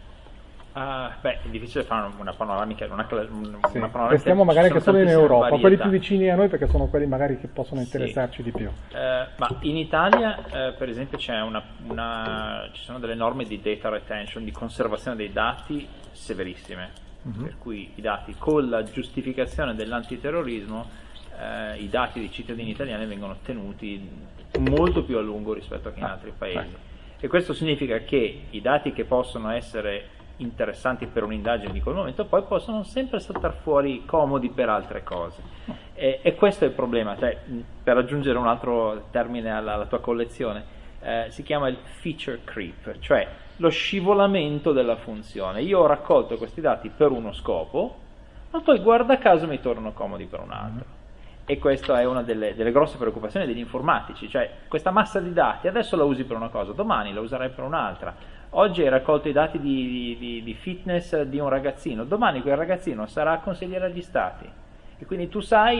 È difficile fare una panoramica, sì, restiamo magari anche solo in Europa, varietà. Quelli più vicini a noi perché sono quelli magari che possono interessarci di più. Ma in Italia, per esempio, ci sono delle norme di data retention, di conservazione dei dati severissime, per cui i dati con la giustificazione dell'antiterrorismo, i dati dei cittadini italiani vengono tenuti molto più a lungo rispetto che in altri paesi. E questo significa che i dati che possono essere interessanti per un'indagine di quel momento poi possono sempre saltare fuori comodi per altre cose, e questo è il problema. Per aggiungere un altro termine alla tua collezione, si chiama il feature creep, cioè lo scivolamento della funzione. Io ho raccolto questi dati per uno scopo, ma poi guarda caso mi tornano comodi per un altro. E questa è una delle grosse preoccupazioni degli informatici, cioè questa massa di dati adesso la usi per una cosa, domani la userai per un'altra. Oggi hai raccolto i dati di fitness di un ragazzino, domani quel ragazzino sarà consigliere agli stati, e quindi tu sai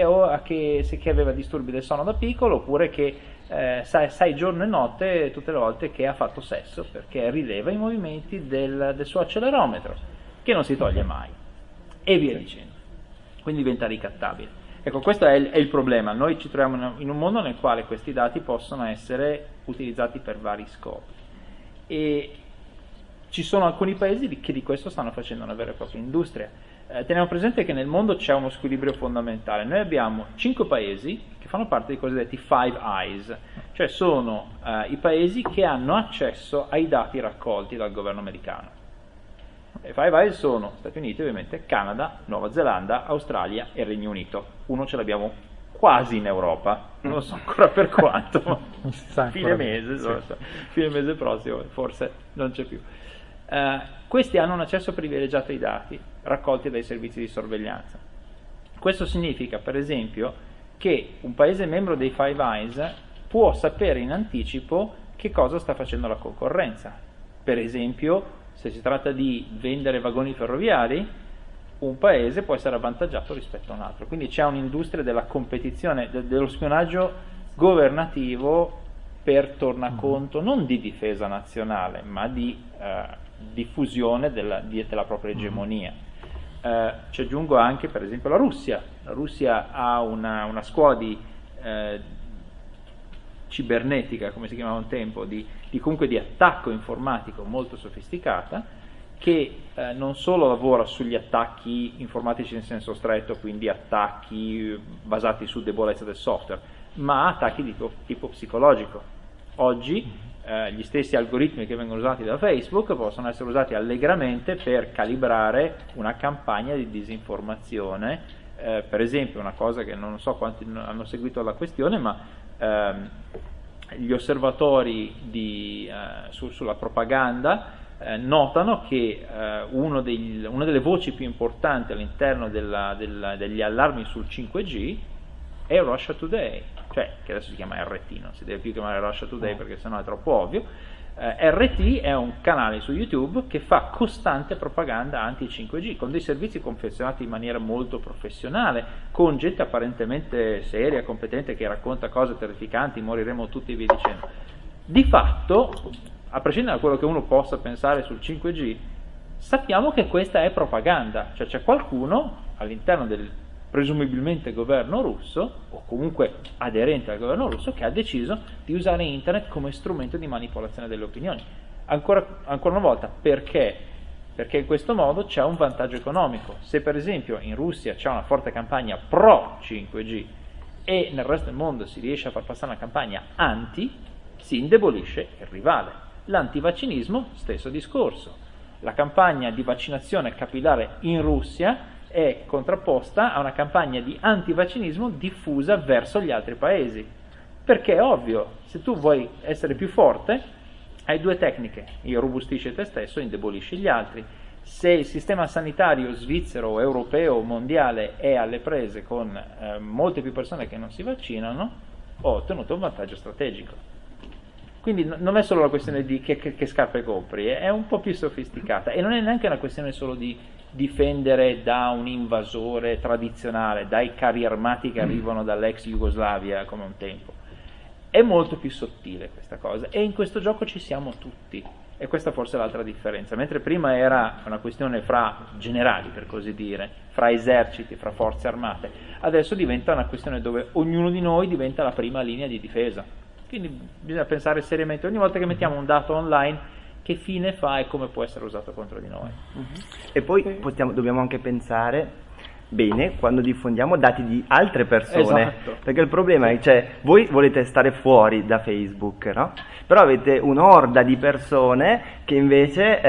se aveva disturbi del sonno da piccolo, oppure che sai giorno e notte tutte le volte che ha fatto sesso, perché rileva i movimenti del suo accelerometro, che non si toglie mai, e via dicendo. Quindi diventa ricattabile. Ecco, questo è il problema. Noi ci troviamo in un mondo nel quale questi dati possono essere utilizzati per vari scopi. E ci sono alcuni paesi che di questo stanno facendo una vera e propria industria. Teniamo presente che nel mondo c'è uno squilibrio fondamentale. Noi abbiamo 5 paesi che fanno parte dei cosiddetti Five Eyes, cioè sono i paesi che hanno accesso ai dati raccolti dal governo americano. I Five Eyes sono Stati Uniti, ovviamente, Canada, Nuova Zelanda, Australia e Regno Unito. Uno ce l'abbiamo quasi in Europa, non so ancora per quanto, ma fine mese prossimo forse non c'è più. Questi hanno un accesso privilegiato ai dati raccolti dai servizi di sorveglianza. Questo significa, per esempio, che un paese membro dei Five Eyes può sapere in anticipo che cosa sta facendo la concorrenza. Per esempio, se si tratta di vendere vagoni ferroviari, un paese può essere avvantaggiato rispetto a un altro. Quindi c'è un'industria della competizione, dello spionaggio governativo per tornaconto non di difesa nazionale, ma di diffusione della propria egemonia. Ci aggiungo anche, per esempio, la Russia. La Russia ha una scuola di cibernetica, come si chiamava un tempo, comunque di attacco informatico molto sofisticata, che non solo lavora sugli attacchi informatici in senso stretto, quindi attacchi basati su debolezza del software, ma attacchi di tipo psicologico. Oggi gli stessi algoritmi che vengono usati da Facebook possono essere usati allegramente per calibrare una campagna di disinformazione. Per esempio, una cosa che non so quanti hanno seguito la questione, ma gli osservatori sulla propaganda notano che una delle voci più importanti all'interno degli allarmi sul 5G è Russia Today, cioè che adesso si chiama RT, non si deve più chiamare Russia Today perché sennò è troppo ovvio. RT è un canale su YouTube che fa costante propaganda anti-5G con dei servizi confezionati in maniera molto professionale, con gente apparentemente seria, competente, che racconta cose terrificanti, moriremo tutti e via dicendo. Di fatto, a prescindere da quello che uno possa pensare sul 5G, sappiamo che questa è propaganda, cioè c'è qualcuno all'interno del presumibilmente governo russo, o comunque aderente al governo russo, che ha deciso di usare internet come strumento di manipolazione delle opinioni. Ancora una volta, perché? Perché in questo modo c'è un vantaggio economico. Se per esempio in Russia c'è una forte campagna pro 5G e nel resto del mondo si riesce a far passare una campagna anti, si indebolisce il rivale. L'antivaccinismo, stesso discorso. La campagna di vaccinazione capillare in Russia è contrapposta a una campagna di antivaccinismo diffusa verso gli altri paesi, perché è ovvio, se tu vuoi essere più forte hai due tecniche: irrobustisci te stesso, indebolisci gli altri. Se il sistema sanitario svizzero, europeo o mondiale è alle prese con molte più persone che non si vaccinano, ho ottenuto un vantaggio strategico. Quindi non è solo la questione di che scarpe compri, è un po' più sofisticata, e non è neanche una questione solo di difendere da un invasore tradizionale, dai carri armati che arrivano dall'ex Jugoslavia come un tempo. È molto più sottile questa cosa, e in questo gioco ci siamo tutti, e questa forse è l'altra differenza. Mentre prima era una questione fra generali, per così dire, fra eserciti, fra forze armate, adesso diventa una questione dove ognuno di noi diventa la prima linea di difesa. Quindi bisogna pensare seriamente ogni volta che mettiamo un dato online che fine fa e come può essere usato contro di noi. E poi dobbiamo anche pensare bene quando diffondiamo dati di altre persone, esatto. Perché il problema è, cioè, voi volete stare fuori da Facebook, no? Però avete un'orda di persone che invece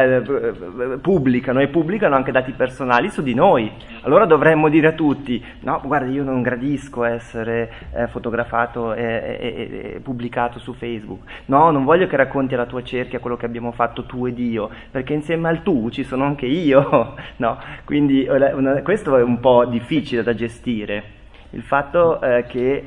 pubblicano anche dati personali su di noi. Allora dovremmo dire a tutti: no, guarda, io non gradisco essere fotografato e pubblicato su Facebook, no, non voglio che racconti alla tua cerchia quello che abbiamo fatto tu ed io, perché insieme al tu ci sono anche io, no? Quindi questo è un po' difficile da gestire, il fatto che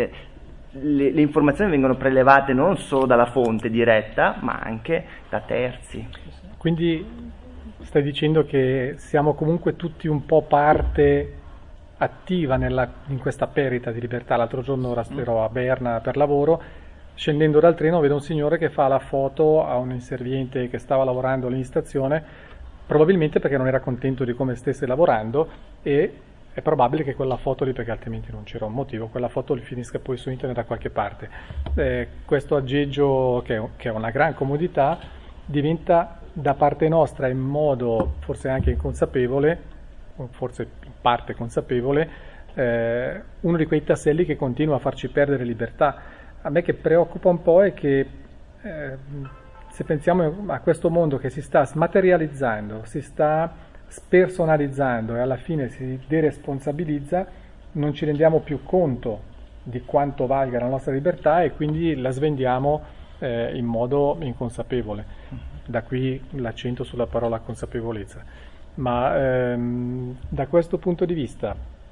le informazioni vengono prelevate non solo dalla fonte diretta, ma anche da terzi. Quindi stai dicendo che siamo comunque tutti un po' parte attiva in questa perdita di libertà. L'altro giorno ero a Berna per lavoro, scendendo dal treno vedo un signore che fa la foto a un inserviente che stava lavorando lì in stazione, probabilmente perché non era contento di come stesse lavorando, e è probabile che quella foto lì, perché altrimenti non c'era un motivo, quella foto finisca poi su internet da qualche parte. Questo aggeggio, che è una gran comodità, diventa da parte nostra in modo forse anche inconsapevole, o forse in parte consapevole, uno di quei tasselli che continua a farci perdere libertà. A me che preoccupa un po' è che se pensiamo a questo mondo che si sta smaterializzando, si sta spersonalizzando e alla fine si deresponsabilizza, non ci rendiamo più conto di quanto valga la nostra libertà e quindi la svendiamo in modo inconsapevole. Da qui l'accento sulla parola consapevolezza. Ma da questo punto di vista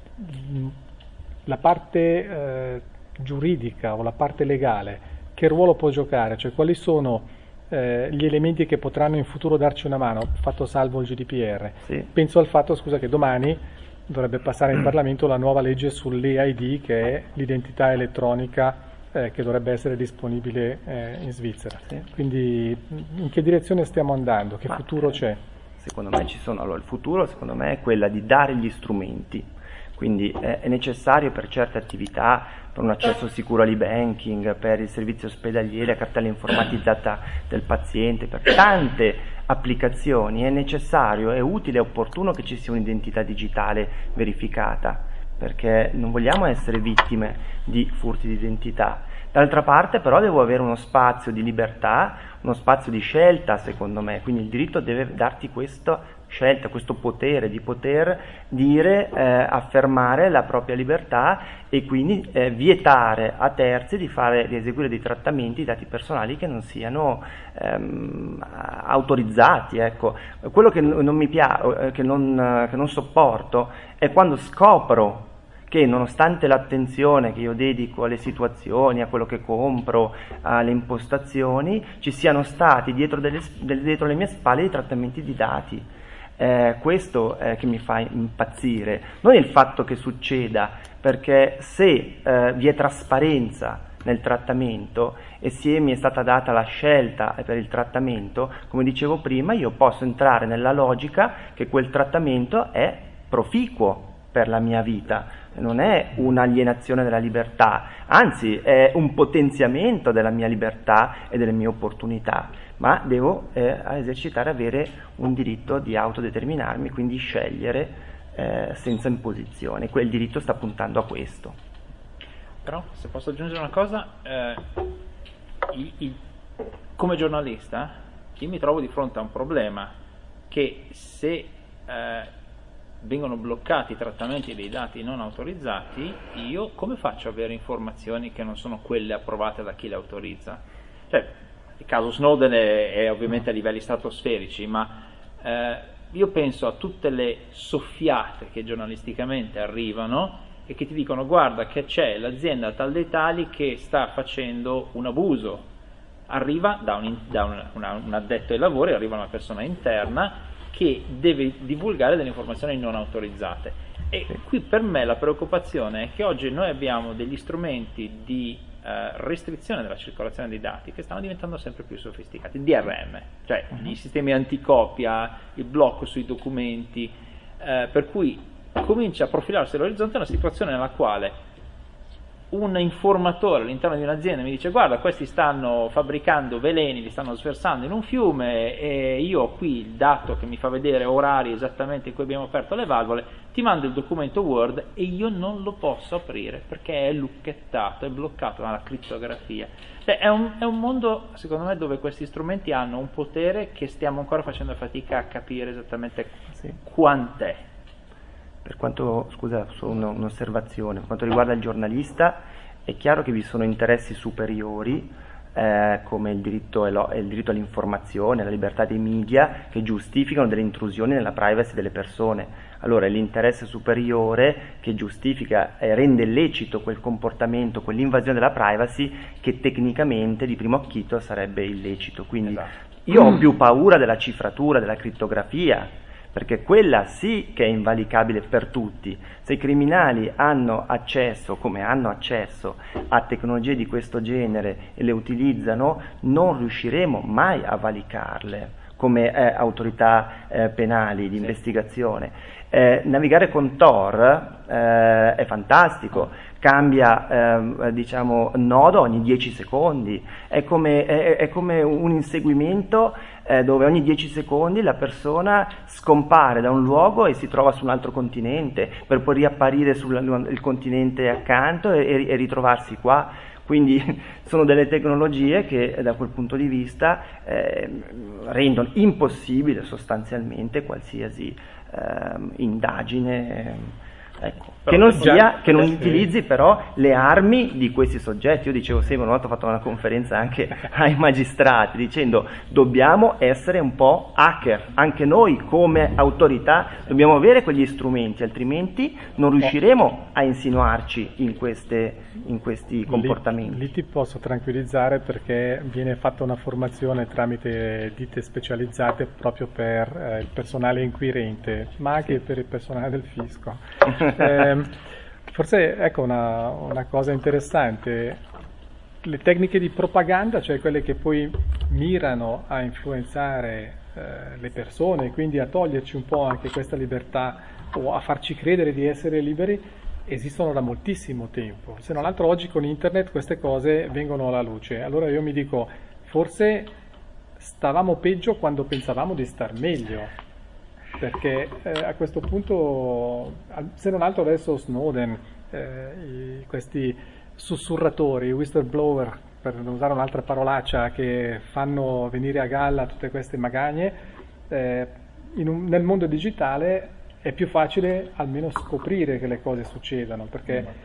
la parte giuridica o la parte legale che ruolo può giocare? Cioè quali sono gli elementi che potranno in futuro darci una mano, fatto salvo il GDPR? Sì. Penso al fatto, scusa, che domani dovrebbe passare in Parlamento la nuova legge sull'eID, che è l'identità elettronica che dovrebbe essere disponibile in Svizzera. Sì. Quindi in che direzione stiamo andando? Che futuro c'è? Secondo me allora, il futuro secondo me è quella di dare gli strumenti, quindi è necessario per certe attività, per un accesso sicuro all'e-banking, per il servizio ospedaliere, la cartella informatizzata del paziente, per tante applicazioni è necessario, è utile e opportuno che ci sia un'identità digitale verificata, perché non vogliamo essere vittime di furti di identità. D'altra parte però devo avere uno spazio di libertà, uno spazio di scelta secondo me, quindi il diritto deve darti questa scelta, questo potere di poter dire, affermare la propria libertà e quindi vietare a terzi di eseguire dei trattamenti di dati personali che non siano autorizzati. Ecco. Quello che non mi piace, che non sopporto è quando scopro che nonostante l'attenzione che io dedico alle situazioni, a quello che compro, alle impostazioni, ci siano stati dietro le mie spalle dei trattamenti di dati. Questo che mi fa impazzire, non il fatto che succeda, perché se vi è trasparenza nel trattamento e se mi è stata data la scelta per il trattamento, come dicevo prima, io posso entrare nella logica che quel trattamento è proficuo per la mia vita, non è un'alienazione della libertà, anzi è un potenziamento della mia libertà e delle mie opportunità, ma devo esercitare, avere un diritto di autodeterminarmi, quindi scegliere senza imposizione. Quel diritto sta puntando a questo. Però, se posso aggiungere una cosa, come giornalista io mi trovo di fronte a un problema che se vengono bloccati i trattamenti dei dati non autorizzati, io come faccio ad avere informazioni che non sono quelle approvate da chi le autorizza? Cioè, il caso Snowden è ovviamente a livelli stratosferici, ma io penso a tutte le soffiate che giornalisticamente arrivano e che ti dicono: guarda che c'è l'azienda tal dei tali che sta facendo un abuso. Arriva da un addetto ai lavori, arriva una persona interna che deve divulgare delle informazioni non autorizzate. E qui per me la preoccupazione è che oggi noi abbiamo degli strumenti di restrizione della circolazione dei dati che stanno diventando sempre più sofisticati. Il DRM, cioè i sistemi anticopia, il blocco sui documenti, per cui comincia a profilarsi all'orizzonte una situazione nella quale un informatore all'interno di un'azienda mi dice: guarda, questi stanno fabbricando veleni, li stanno sversando in un fiume e io ho qui il dato che mi fa vedere orari esattamente in cui abbiamo aperto le valvole, ti mando il documento Word e io non lo posso aprire perché è lucchettato, è bloccato dalla crittografia. Cioè, è un mondo, secondo me, dove questi strumenti hanno un potere che stiamo ancora facendo fatica a capire esattamente quant'è. Per quanto, scusa, solo un'osservazione, per quanto riguarda il giornalista, è chiaro che vi sono interessi superiori, come il diritto all'informazione, la libertà dei media, che giustificano delle intrusioni nella privacy delle persone. Allora è l'interesse superiore che giustifica e rende lecito quel comportamento, quell'invasione della privacy che tecnicamente di primo acchito sarebbe illecito. Quindi io ho più paura della cifratura, della crittografia, perché quella sì che è invalicabile per tutti. Se i criminali hanno accesso, come hanno accesso, a tecnologie di questo genere e le utilizzano, non riusciremo mai a valicarle. come autorità penali di investigazione. Navigare con Tor è fantastico, cambia diciamo nodo ogni 10 secondi, è come un inseguimento dove ogni 10 secondi la persona scompare da un luogo e si trova su un altro continente per poi riapparire sul continente accanto e ritrovarsi qua. Quindi sono delle tecnologie che da quel punto di vista rendono impossibile sostanzialmente qualsiasi indagine, ecco, che non utilizzi però le armi di questi soggetti. Io dicevo sempre, una volta ho fatto una conferenza anche ai magistrati dicendo dobbiamo essere un po' hacker, anche noi come autorità dobbiamo avere quegli strumenti, altrimenti non riusciremo a insinuarci in questi comportamenti. Lì ti posso tranquillizzare, perché viene fatta una formazione tramite ditte specializzate proprio per il personale inquirente, ma anche per il personale del fisco. Forse ecco una cosa interessante, le tecniche di propaganda, cioè quelle che poi mirano a influenzare le persone, quindi a toglierci un po' anche questa libertà o a farci credere di essere liberi, esistono da moltissimo tempo. Se non altro oggi con internet queste cose vengono alla luce. Allora io mi dico, forse stavamo peggio quando pensavamo di star meglio. Perché a questo punto, se non altro adesso Snowden, questi sussurratori, whistleblower, per non usare un'altra parolaccia, che fanno venire a galla tutte queste magagne, nel mondo digitale è più facile almeno scoprire che le cose succedano. Perché ma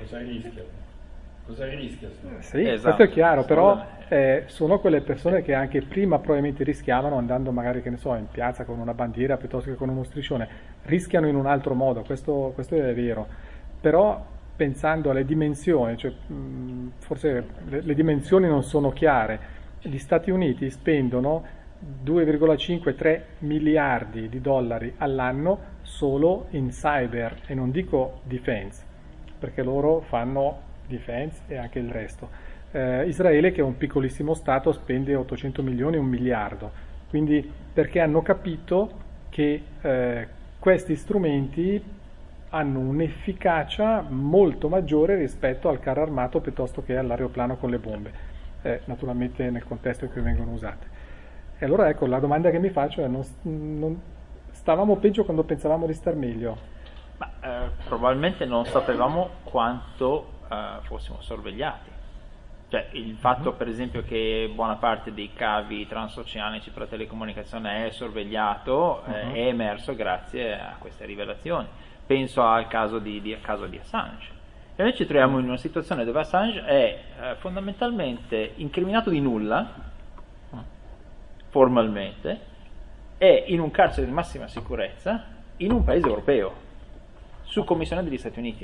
cosa rischia? Sì, esatto. Questo è chiaro, però sono quelle persone che anche prima probabilmente rischiavano andando magari, che ne so, in piazza con una bandiera piuttosto che con uno striscione, rischiano in un altro modo, questo è vero, però pensando alle dimensioni, cioè, forse le dimensioni non sono chiare. Gli Stati Uniti spendono 2,5-3 miliardi di dollari all'anno solo in cyber, e non dico defense, perché loro fanno defense e anche il resto. Israele, che è un piccolissimo stato, spende 800 milioni, 1 miliardo, quindi perché hanno capito che questi strumenti hanno un'efficacia molto maggiore rispetto al carro armato piuttosto che all'aeroplano con le bombe, naturalmente nel contesto in cui vengono usate. E allora ecco, la domanda che mi faccio è, non stavamo peggio quando pensavamo di star meglio? Ma probabilmente non sapevamo quanto fossimo sorvegliati. Cioè, il fatto per esempio che buona parte dei cavi transoceanici per la telecomunicazione è sorvegliato è emerso grazie a queste rivelazioni. Penso al caso di Assange. E noi ci troviamo in una situazione dove Assange è fondamentalmente incriminato di nulla, formalmente, è in un carcere di massima sicurezza in un paese europeo, su commissione degli Stati Uniti.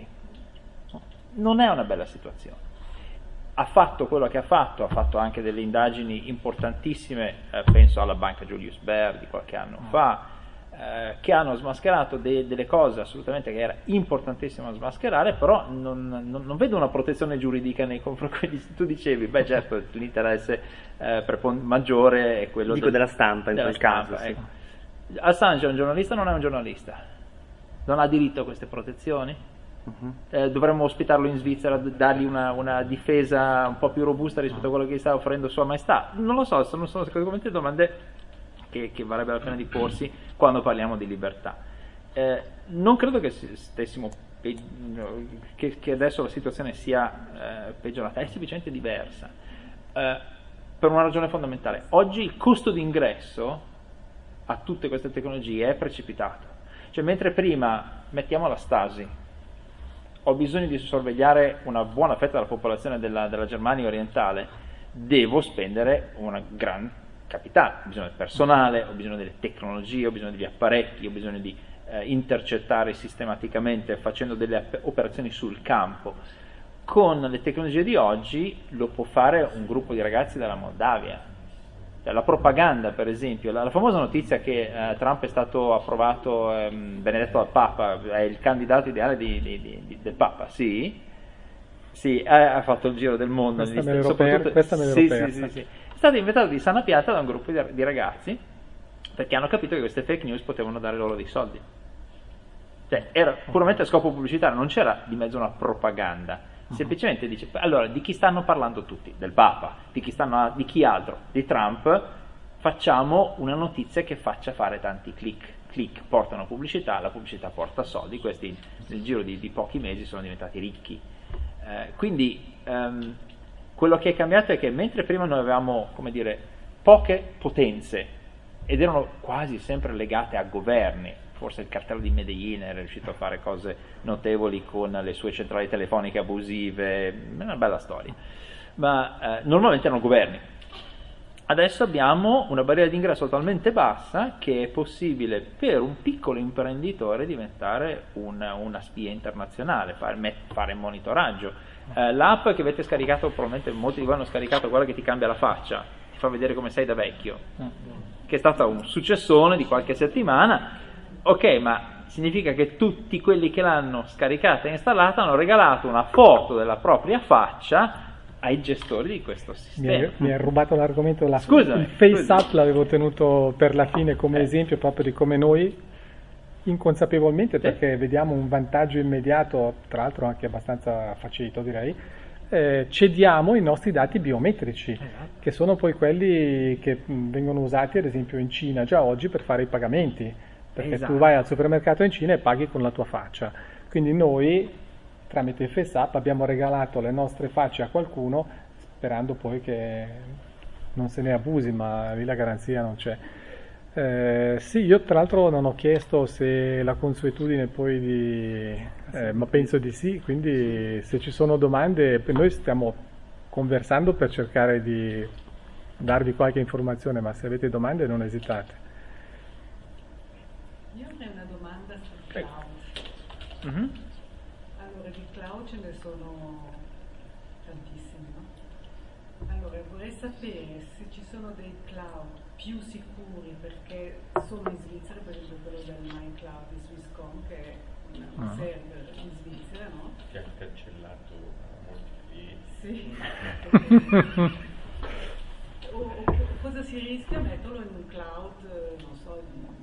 Non è una bella situazione. Ha fatto quello che ha fatto anche delle indagini importantissime, penso alla banca Julius Baer di qualche anno fa, che hanno smascherato delle cose assolutamente che era importantissimo smascherare, però non vedo una protezione giuridica nei confronti. Tu dicevi, beh certo, l'interesse maggiore è quello della stampa in quel caso. Sì. Ecco. Assange è un giornalista o non è un giornalista? Non ha diritto a queste protezioni? Dovremmo ospitarlo in Svizzera, dargli una difesa un po' più robusta rispetto a quello che gli sta offrendo Sua Maestà? Non lo so, sono sicuramente domande che varrebbe la pena di porsi quando parliamo di libertà. Non credo che stessimo che adesso la situazione sia peggiorata, è semplicemente diversa, per una ragione fondamentale. Oggi il costo di ingresso a tutte queste tecnologie è precipitato. Cioè, mentre prima, mettiamo la Stasi, ho bisogno di sorvegliare una buona fetta della popolazione della Germania orientale, devo spendere una gran capitale, ho bisogno del personale, ho bisogno delle tecnologie, ho bisogno degli apparecchi, ho bisogno di intercettare sistematicamente facendo delle operazioni sul campo. Con le tecnologie di oggi lo può fare un gruppo di ragazzi dalla Moldavia. La propaganda, per esempio, la famosa notizia che Trump è stato approvato, benedetto dal Papa, è il candidato ideale del Papa, sì, ha fatto il giro del mondo. Questa me l'ero persa. Sì. È stato inventato di sana pianta da un gruppo di ragazzi perché hanno capito che queste fake news potevano dare loro dei soldi. Cioè, era puramente a scopo pubblicitario, non c'era di mezzo una propaganda. Semplicemente dice, allora, di chi stanno parlando tutti? Del Papa. Di chi altro? Di Trump. Facciamo una notizia che faccia fare tanti click portano pubblicità, la pubblicità porta soldi, questi nel giro di pochi mesi sono diventati ricchi. Quindi quello che è cambiato è che mentre prima noi avevamo, come dire, poche potenze ed erano quasi sempre legate a governi, forse il cartello di Medellin era riuscito a fare cose notevoli con le sue centrali telefoniche abusive, è una bella storia, ma normalmente erano governi. Adesso abbiamo una barriera d'ingresso talmente bassa che è possibile per un piccolo imprenditore diventare una spia internazionale, fare monitoraggio. L'app che avete scaricato, probabilmente molti di voi hanno scaricato, quella che ti cambia la faccia, ti fa vedere come sei da vecchio, che è stata un successone di qualche settimana. Ok, ma significa che tutti quelli che l'hanno scaricata e installata hanno regalato una foto della propria faccia ai gestori di questo sistema. Mi ha rubato l'argomento il Scusami. Face App l'avevo tenuto per la fine come esempio proprio di come noi inconsapevolmente, perché vediamo un vantaggio immediato, tra l'altro anche abbastanza facilito direi, cediamo i nostri dati biometrici, che sono poi quelli che vengono usati ad esempio in Cina già oggi per fare i pagamenti, perché tu vai al supermercato in Cina e paghi con la tua faccia. Quindi noi tramite il Face App abbiamo regalato le nostre facce a qualcuno sperando poi che non se ne abusi, ma lì la garanzia non c'è. Sì, io tra l'altro non ho chiesto se la consuetudine poi ma penso di sì, quindi se ci sono domande, noi stiamo conversando per cercare di darvi qualche informazione, ma se avete domande non esitate. Io avrei una domanda sul cloud. Mm-hmm. Allora, di cloud ce ne sono tantissimi, no? Allora, vorrei sapere se ci sono dei cloud più sicuri, perché sono in Svizzera, per esempio quello del MyCloud di Swisscom, che è un server in Svizzera, no? Che ha cancellato molti Sì. o cosa si rischia a metterlo in un cloud, non so,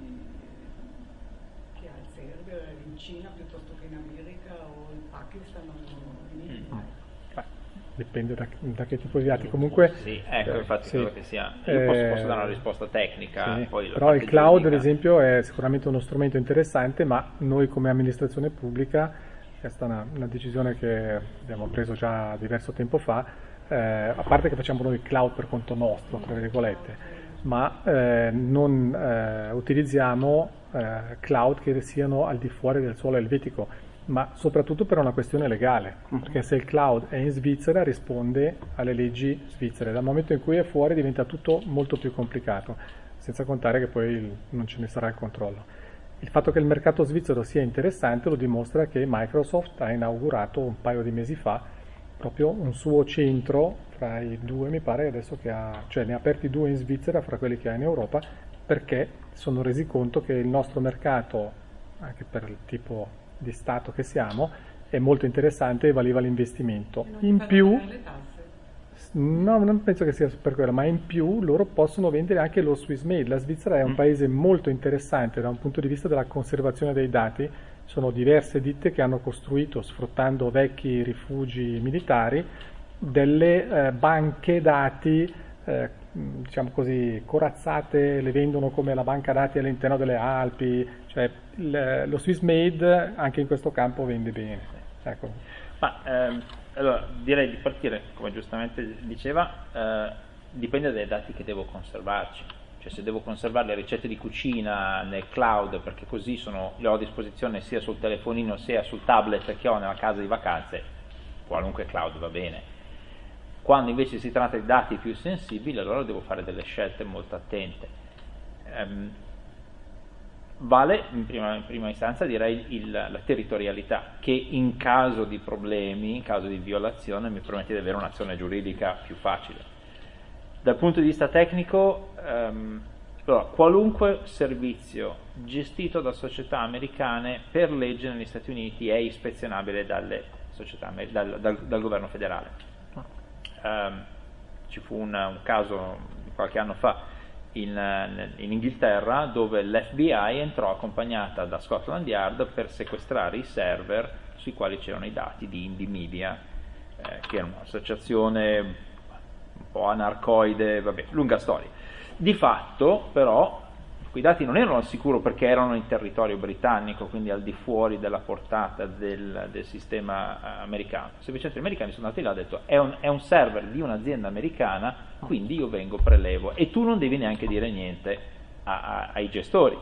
che ha il server in Cina piuttosto che in America o in Pakistan o in India? Dipende da che tipo di dati. Comunque Sì, ecco, infatti sì. credo che sia. Io posso dare una risposta tecnica. Sì, Poi però il cloud giuridica. ad esempio è sicuramente uno strumento interessante, ma noi come amministrazione pubblica, questa è una decisione che abbiamo preso già diverso tempo fa, a parte che facciamo noi il cloud per conto nostro, tra virgolette, ma non utilizziamo cloud che siano al di fuori del suolo elvetico, ma soprattutto per una questione legale, perché se il cloud è in Svizzera risponde alle leggi svizzere, dal momento in cui è fuori diventa tutto molto più complicato, senza contare che poi non ce ne sarà il controllo. Il fatto che il mercato svizzero sia interessante lo dimostra che Microsoft ha inaugurato un paio di mesi fa proprio un suo centro fra i due, mi pare adesso che ne ha aperti 2 in Svizzera fra quelli che ha in Europa, perché sono resi conto che il nostro mercato, anche per il tipo di Stato che siamo, è molto interessante e valeva l'investimento. In più, Le tasse. no, non penso che sia per quello, ma in più loro possono vendere anche lo Swiss Made. La Svizzera è un paese molto interessante da un punto di vista della conservazione dei dati. Sono diverse ditte che hanno costruito, sfruttando vecchi rifugi militari, delle banche dati diciamo così, corazzate, le vendono come la banca dati all'interno delle Alpi, cioè lo Swiss Made anche in questo campo vende bene. Ecco. Ma allora direi di partire, come giustamente diceva, dipende dai dati che devo conservarci. Cioè se devo conservare le ricette di cucina nel cloud, perché così le ho a disposizione sia sul telefonino sia sul tablet che ho nella casa di vacanze, qualunque cloud va bene. Quando invece si tratta di dati più sensibili, allora devo fare delle scelte molto attente. Vale in prima istanza direi la territorialità, che in caso di problemi, in caso di violazione, mi permette di avere un'azione giuridica più facile. Dal punto di vista tecnico, allora, qualunque servizio gestito da società americane per legge negli Stati Uniti è ispezionabile dalle società, dal governo federale. Ci fu un caso qualche anno fa in Inghilterra, dove l'FBI entrò accompagnata da Scotland Yard per sequestrare i server sui quali c'erano i dati di Indie Media, che era un'associazione un po' anarcoide, vabbè, lunga storia. Di fatto, però, quei dati non erano al sicuro perché erano in territorio britannico, quindi al di fuori della portata del sistema americano. Semplicemente gli americani sono andati là e hanno detto è un server di un'azienda americana, quindi io vengo, prelevo, e tu non devi neanche dire niente ai gestori.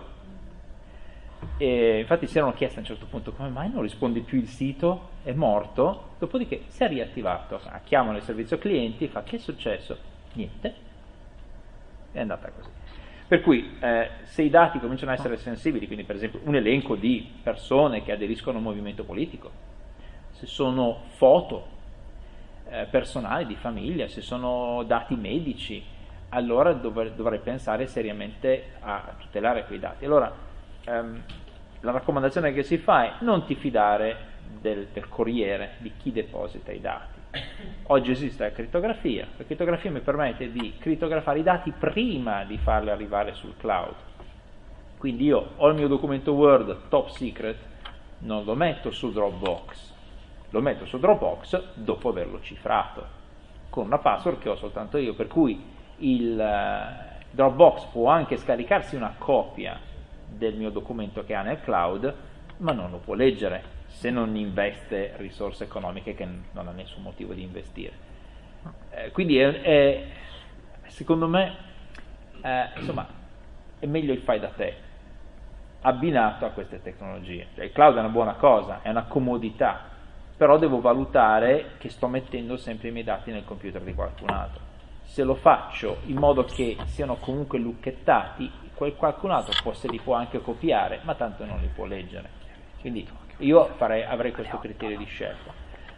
E infatti si erano chiesti a un certo punto come mai non risponde più il sito, è morto, dopodiché si è riattivato, chiamano il servizio clienti e fa che è successo? Niente, è andata così. Per cui se i dati cominciano a essere sensibili, quindi per esempio un elenco di persone che aderiscono a un movimento politico, se sono foto personali di famiglia, se sono dati medici, allora dovrei pensare seriamente a tutelare quei dati. Allora la raccomandazione che si fa è non ti fidare del corriere, di chi deposita i dati. Oggi esiste la crittografia mi permette di crittografare i dati prima di farli arrivare sul cloud, quindi io ho il mio documento Word top secret, non lo metto su Dropbox, lo metto su Dropbox dopo averlo cifrato con una password che ho soltanto io, per cui il Dropbox può anche scaricarsi una copia del mio documento che ha nel cloud, ma non lo può leggere se non investe risorse economiche che non ha nessun motivo di investire. Quindi secondo me insomma, è meglio il fai da te abbinato a queste tecnologie. Cioè, il cloud è una buona cosa, è una comodità, però devo valutare che sto mettendo sempre i miei dati nel computer di qualcun altro. Se lo faccio in modo che siano comunque lucchettati, qualcun altro li può anche copiare, ma tanto non li può leggere. Quindi io avrei questo criterio di scelta.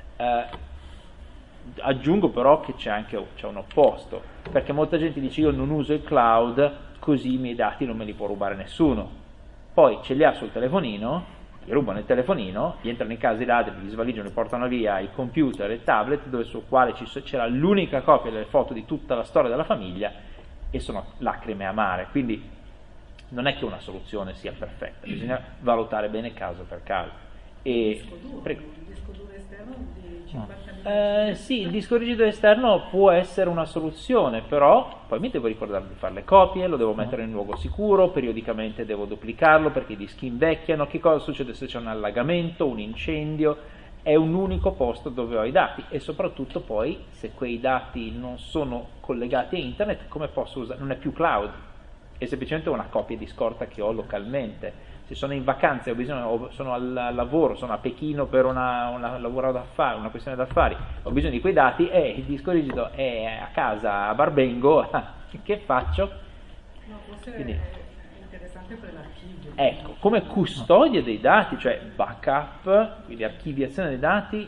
Aggiungo però che c'è un opposto, perché molta gente dice io non uso il cloud, così i miei dati non me li può rubare nessuno. Poi ce li ha sul telefonino, gli rubano il telefonino, gli entrano in casa i dati, gli svaligiano, li portano via i computer e il tablet, dove sul quale c'era l'unica copia delle foto di tutta la storia della famiglia, e sono lacrime amare. Quindi non è che una soluzione sia perfetta, bisogna valutare bene caso per caso. Il disco duro esterno di 50.000 sì, il disco rigido esterno può essere una soluzione, però poi mi devo ricordare di fare le copie, lo devo mettere in un luogo sicuro, periodicamente devo duplicarlo perché i dischi invecchiano. Che cosa succede se c'è un allagamento, un incendio? È un unico posto dove ho i dati, e soprattutto poi se quei dati non sono collegati a internet, come posso usare? Non è più cloud, è semplicemente una copia di scorta che ho localmente. Se sono in vacanze, sono al lavoro, sono a Pechino per una lavoro d'affari, una questione d'affari, ho bisogno di quei dati e il disco rigido è a casa a Barbengo, che faccio? No, forse Quindi, è interessante per l'archivio. ecco, come custodia dei dati, cioè backup, quindi archiviazione dei dati,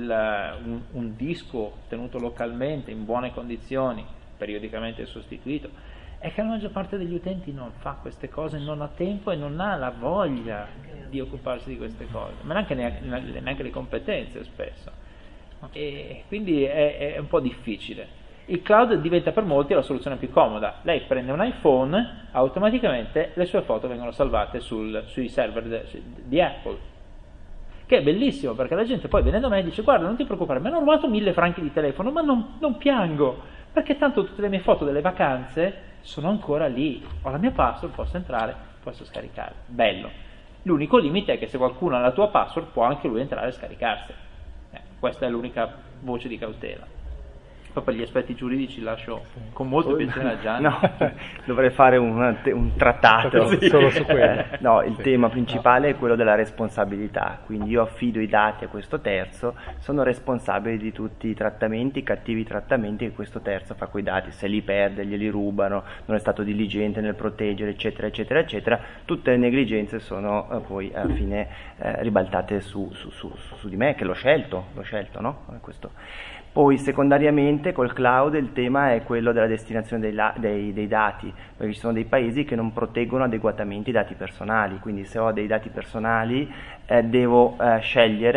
un disco tenuto localmente in buone condizioni, periodicamente sostituito. È che la maggior parte degli utenti non fa queste cose, non ha tempo e non ha la voglia di occuparsi di queste cose, ma neanche le competenze spesso, e quindi è un po' difficile. Il cloud diventa per molti la soluzione più comoda. Lei prende un iPhone, automaticamente le sue foto vengono salvate sui server di Apple, che è bellissimo, perché la gente poi viene da me e dice guarda, non ti preoccupare, mi hanno rubato 1.000 franchi di telefono, ma non piango, perché tanto tutte le mie foto delle vacanze sono ancora lì, ho la mia password, posso entrare, posso scaricare. Bello. L'unico limite è che se qualcuno ha la tua password può anche lui entrare e scaricarsi. Questa è l'unica voce di cautela. Poi per gli aspetti giuridici lascio con molto piacere a Gianni. No, dovrei fare un trattato solo su quello. No, il tema principale è quello della responsabilità, quindi io affido i dati a questo terzo, sono responsabile di tutti i trattamenti, i cattivi trattamenti che questo terzo fa coi dati, se li perde, glieli rubano, non è stato diligente nel proteggere, eccetera, eccetera, eccetera. Tutte le negligenze sono poi alla fine ribaltate su di me, che l'ho scelto, no? Questo. Poi secondariamente col cloud il tema è quello della destinazione dei dati, perché ci sono dei paesi che non proteggono adeguatamente i dati personali, quindi se ho dei dati personali devo scegliere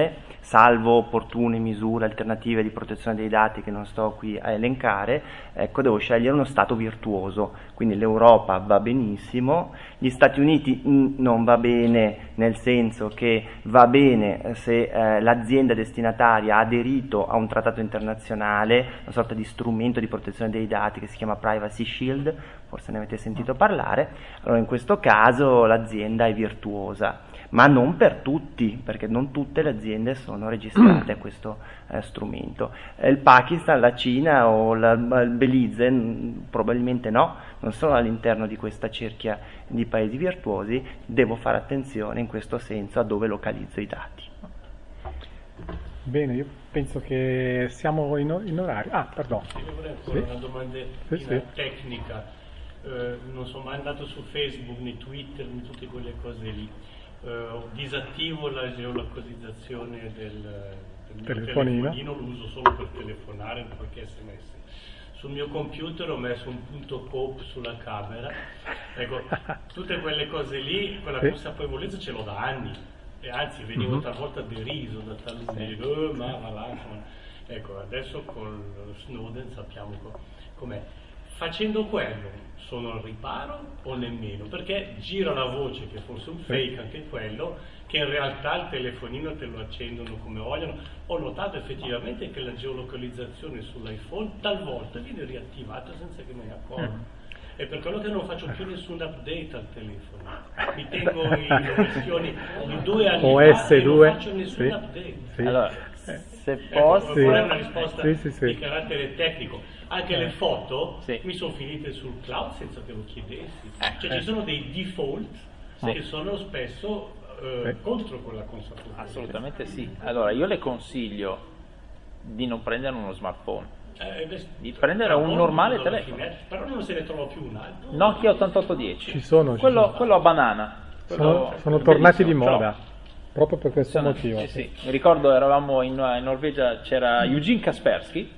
salvo opportune misure alternative di protezione dei dati che non sto qui a elencare, ecco, devo scegliere uno Stato virtuoso. Quindi l'Europa va benissimo, gli Stati Uniti non va bene, nel senso che va bene se l'azienda destinataria ha aderito a un trattato internazionale, una sorta di strumento di protezione dei dati che si chiama Privacy Shield, forse ne avete sentito parlare. Allora in questo caso l'azienda è virtuosa, ma non per tutti, perché non tutte le aziende sono registrate a questo strumento. Il Pakistan, la Cina o il Belize probabilmente no, non sono all'interno di questa cerchia di paesi virtuosi. Devo fare attenzione in questo senso a dove localizzo i dati. Bene, io penso che siamo in orario. Ah, perdono. Io vorrei fare una domanda tecnica. Non sono mai andato su Facebook, né Twitter, né tutte quelle cose lì. Disattivo la geolocalizzazione del mio telefonino, lo uso solo per telefonare, qualche sms. Sul mio computer ho messo un punto coop sulla camera, ecco, tutte quelle cose lì, quella consapevolezza ce l'ho da anni, e anzi venivo talvolta deriso da taluni, ma va là, insomma. Ecco, adesso con Snowden sappiamo com'è. Facendo quello sono al riparo o nemmeno? Perché gira la voce che forse è un fake anche quello, che in realtà il telefonino te lo accendono come vogliono. Ho notato effettivamente che la geolocalizzazione sull'iPhone talvolta viene riattivata senza che me ne accorgo. È per quello che non faccio più nessun update al telefono. Mi tengo in questioni di 2 anni OS fa e 2, non faccio nessun update. Allora, se posso... vorrei una risposta sì. di carattere tecnico. Anche le foto mi sono finite sul cloud senza che lo chiedessi. Cioè ci sono dei default che sono spesso contro quella consapevolezza. Assolutamente sì. Allora, io le consiglio di non prendere uno smartphone, di prendere un normale telefono. Però non se ne trova più un altro. Nokia 8810. Ci sono. Quello a banana. Sono tornati di moda, proprio per questo motivo. Sì. Mi ricordo, eravamo in Norvegia, c'era Eugene Kaspersky,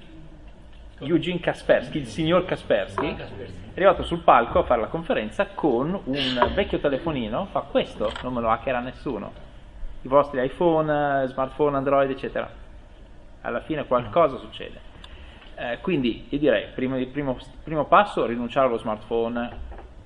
il signor Kaspersky, è arrivato sul palco a fare la conferenza con un vecchio telefonino, fa questo, non me lo hackerà nessuno. I vostri iPhone, smartphone, Android, eccetera. Alla fine qualcosa succede. Quindi io direi, primo passo, rinunciare allo smartphone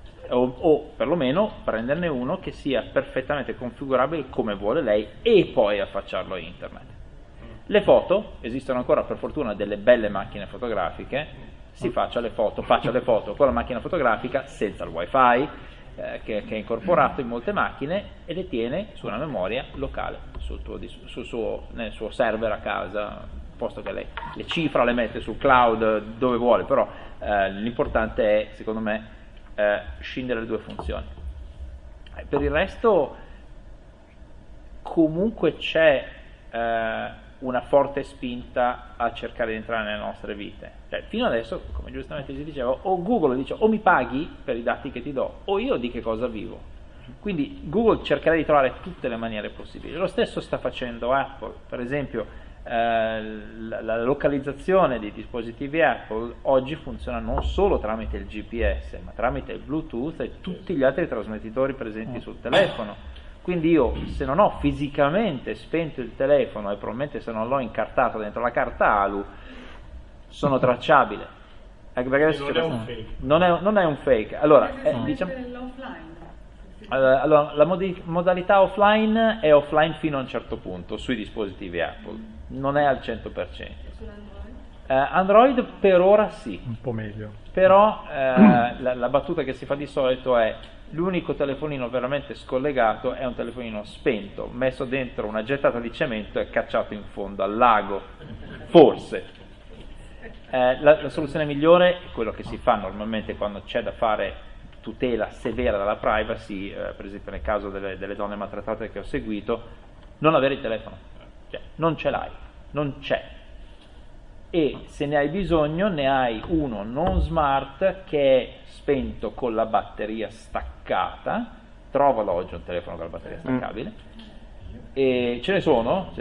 o perlomeno prenderne uno che sia perfettamente configurabile come vuole lei e poi affacciarlo a internet. Le foto, esistono ancora per fortuna delle belle macchine fotografiche, faccia le foto con la macchina fotografica senza il wifi che è incorporato in molte macchine e le tiene su una memoria locale nel suo server a casa, posto che lei le cifra, le mette sul cloud dove vuole, però l'importante è, secondo me, scindere le due funzioni. Per il resto comunque c'è una forte spinta a cercare di entrare nelle nostre vite. Cioè, fino adesso, come giustamente si diceva, o Google dice o mi paghi per i dati che ti do, o io di che cosa vivo. Quindi Google cercherà di trovare tutte le maniere possibili. Lo stesso sta facendo Apple. Per esempio, la localizzazione dei dispositivi Apple oggi funziona non solo tramite il GPS, ma tramite il Bluetooth e tutti gli altri trasmettitori presenti sul telefono. Quindi io, se non ho fisicamente spento il telefono e probabilmente se non l'ho incartato dentro la carta ALU, sono tracciabile. Perché non è un fake. Allora, diciamo, allora la modalità offline è offline fino a un certo punto sui dispositivi Apple, non è al 100%. Android per ora sì. Un po' meglio. Però la battuta che si fa di solito è: l'unico telefonino veramente scollegato è un telefonino spento, messo dentro una gettata di cemento e cacciato in fondo al lago. Forse. La soluzione migliore è quello che si fa normalmente quando c'è da fare tutela severa della privacy, per esempio nel caso delle donne maltrattate che ho seguito, non avere il telefono. Cioè, non ce l'hai, non c'è. E se ne hai bisogno ne hai uno non smart che è spento con la batteria staccata. Trovalo oggi un telefono con la batteria staccabile, e ce ne sono,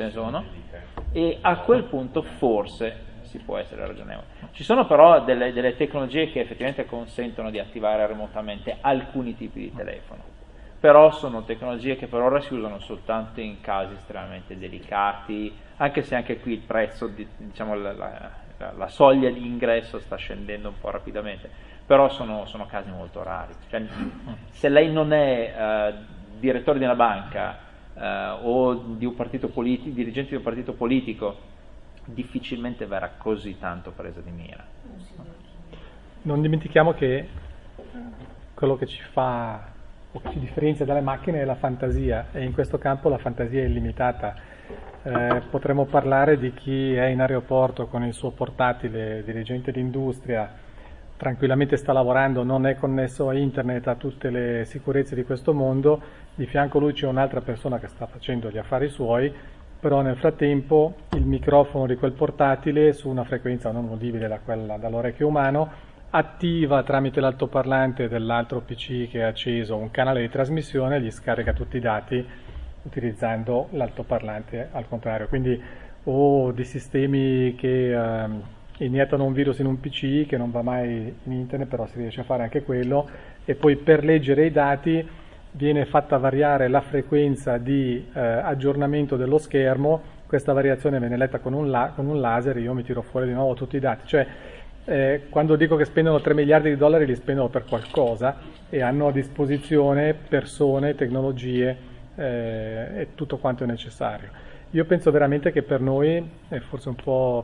e a quel punto forse si può essere ragionevoli. Ci sono però delle tecnologie che effettivamente consentono di attivare remotamente alcuni tipi di telefono. però sono tecnologie che per ora si usano soltanto in casi estremamente delicati, anche se anche qui il prezzo, diciamo la soglia di ingresso sta scendendo un po' rapidamente, però sono casi molto rari. Cioè, se lei non è direttore di una banca o di un partito politico, dirigente di un partito politico, difficilmente verrà così tanto presa di mira. Non dimentichiamo che quello che ci fa o che ci differenzia dalle macchine è la fantasia, e in questo campo la fantasia è illimitata. Potremmo parlare di chi è in aeroporto con il suo portatile, dirigente d'industria, tranquillamente sta lavorando, non è connesso a internet, a tutte le sicurezze di questo mondo, di fianco a lui c'è un'altra persona che sta facendo gli affari suoi, però nel frattempo il microfono di quel portatile, su una frequenza non udibile dall'orecchio umano, attiva tramite l'altoparlante dell'altro PC che è acceso un canale di trasmissione e gli scarica tutti i dati utilizzando l'altoparlante al contrario. Quindi o di sistemi che iniettano un virus in un PC che non va mai in internet, però si riesce a fare anche quello, e poi per leggere i dati viene fatta variare la frequenza di aggiornamento dello schermo. Questa variazione viene letta con un laser e io mi tiro fuori di nuovo tutti i dati. Cioè, quando dico che spendono 3 miliardi di dollari li spendono per qualcosa e hanno a disposizione persone, tecnologie e tutto quanto è necessario. Io penso veramente che per noi, è forse un po'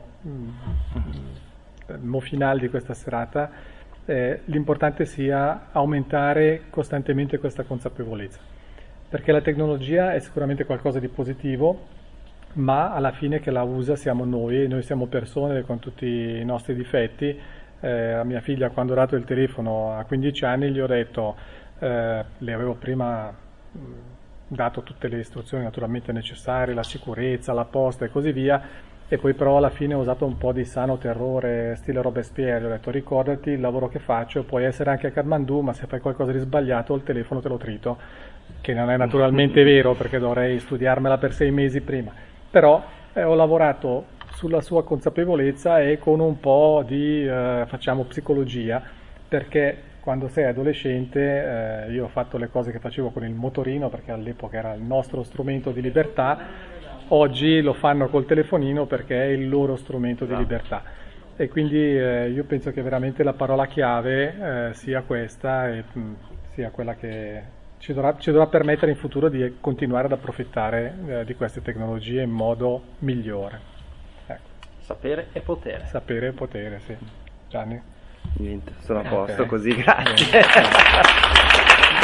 il mo finale di questa serata, l'importante sia aumentare costantemente questa consapevolezza, perché la tecnologia è sicuramente qualcosa di positivo, ma alla fine che la usa siamo noi, e noi siamo persone con tutti i nostri difetti. A mia figlia, quando ho dato il telefono a 15 anni, gli ho detto, le avevo prima dato tutte le istruzioni naturalmente necessarie, la sicurezza, la posta e così via, e poi però alla fine ho usato un po' di sano terrore stile Robespierre. Gli ho detto: ricordati, il lavoro che faccio puoi essere anche a Kathmandu, ma se fai qualcosa di sbagliato il telefono te lo trito, che non è naturalmente vero, perché dovrei studiarmela per 6 mesi prima, però ho lavorato sulla sua consapevolezza e con un po' di facciamo psicologia, perché quando sei adolescente io ho fatto le cose che facevo con il motorino, perché all'epoca era il nostro strumento di libertà. Oggi lo fanno col telefonino perché è il loro strumento di libertà, e quindi io penso che veramente la parola chiave sia questa, e sia quella che ci dovrà permettere in futuro di continuare ad approfittare di queste tecnologie in modo migliore. Ecco. Sapere e potere. Sapere e potere, sì. Gianni? Niente, sono a posto così, grazie.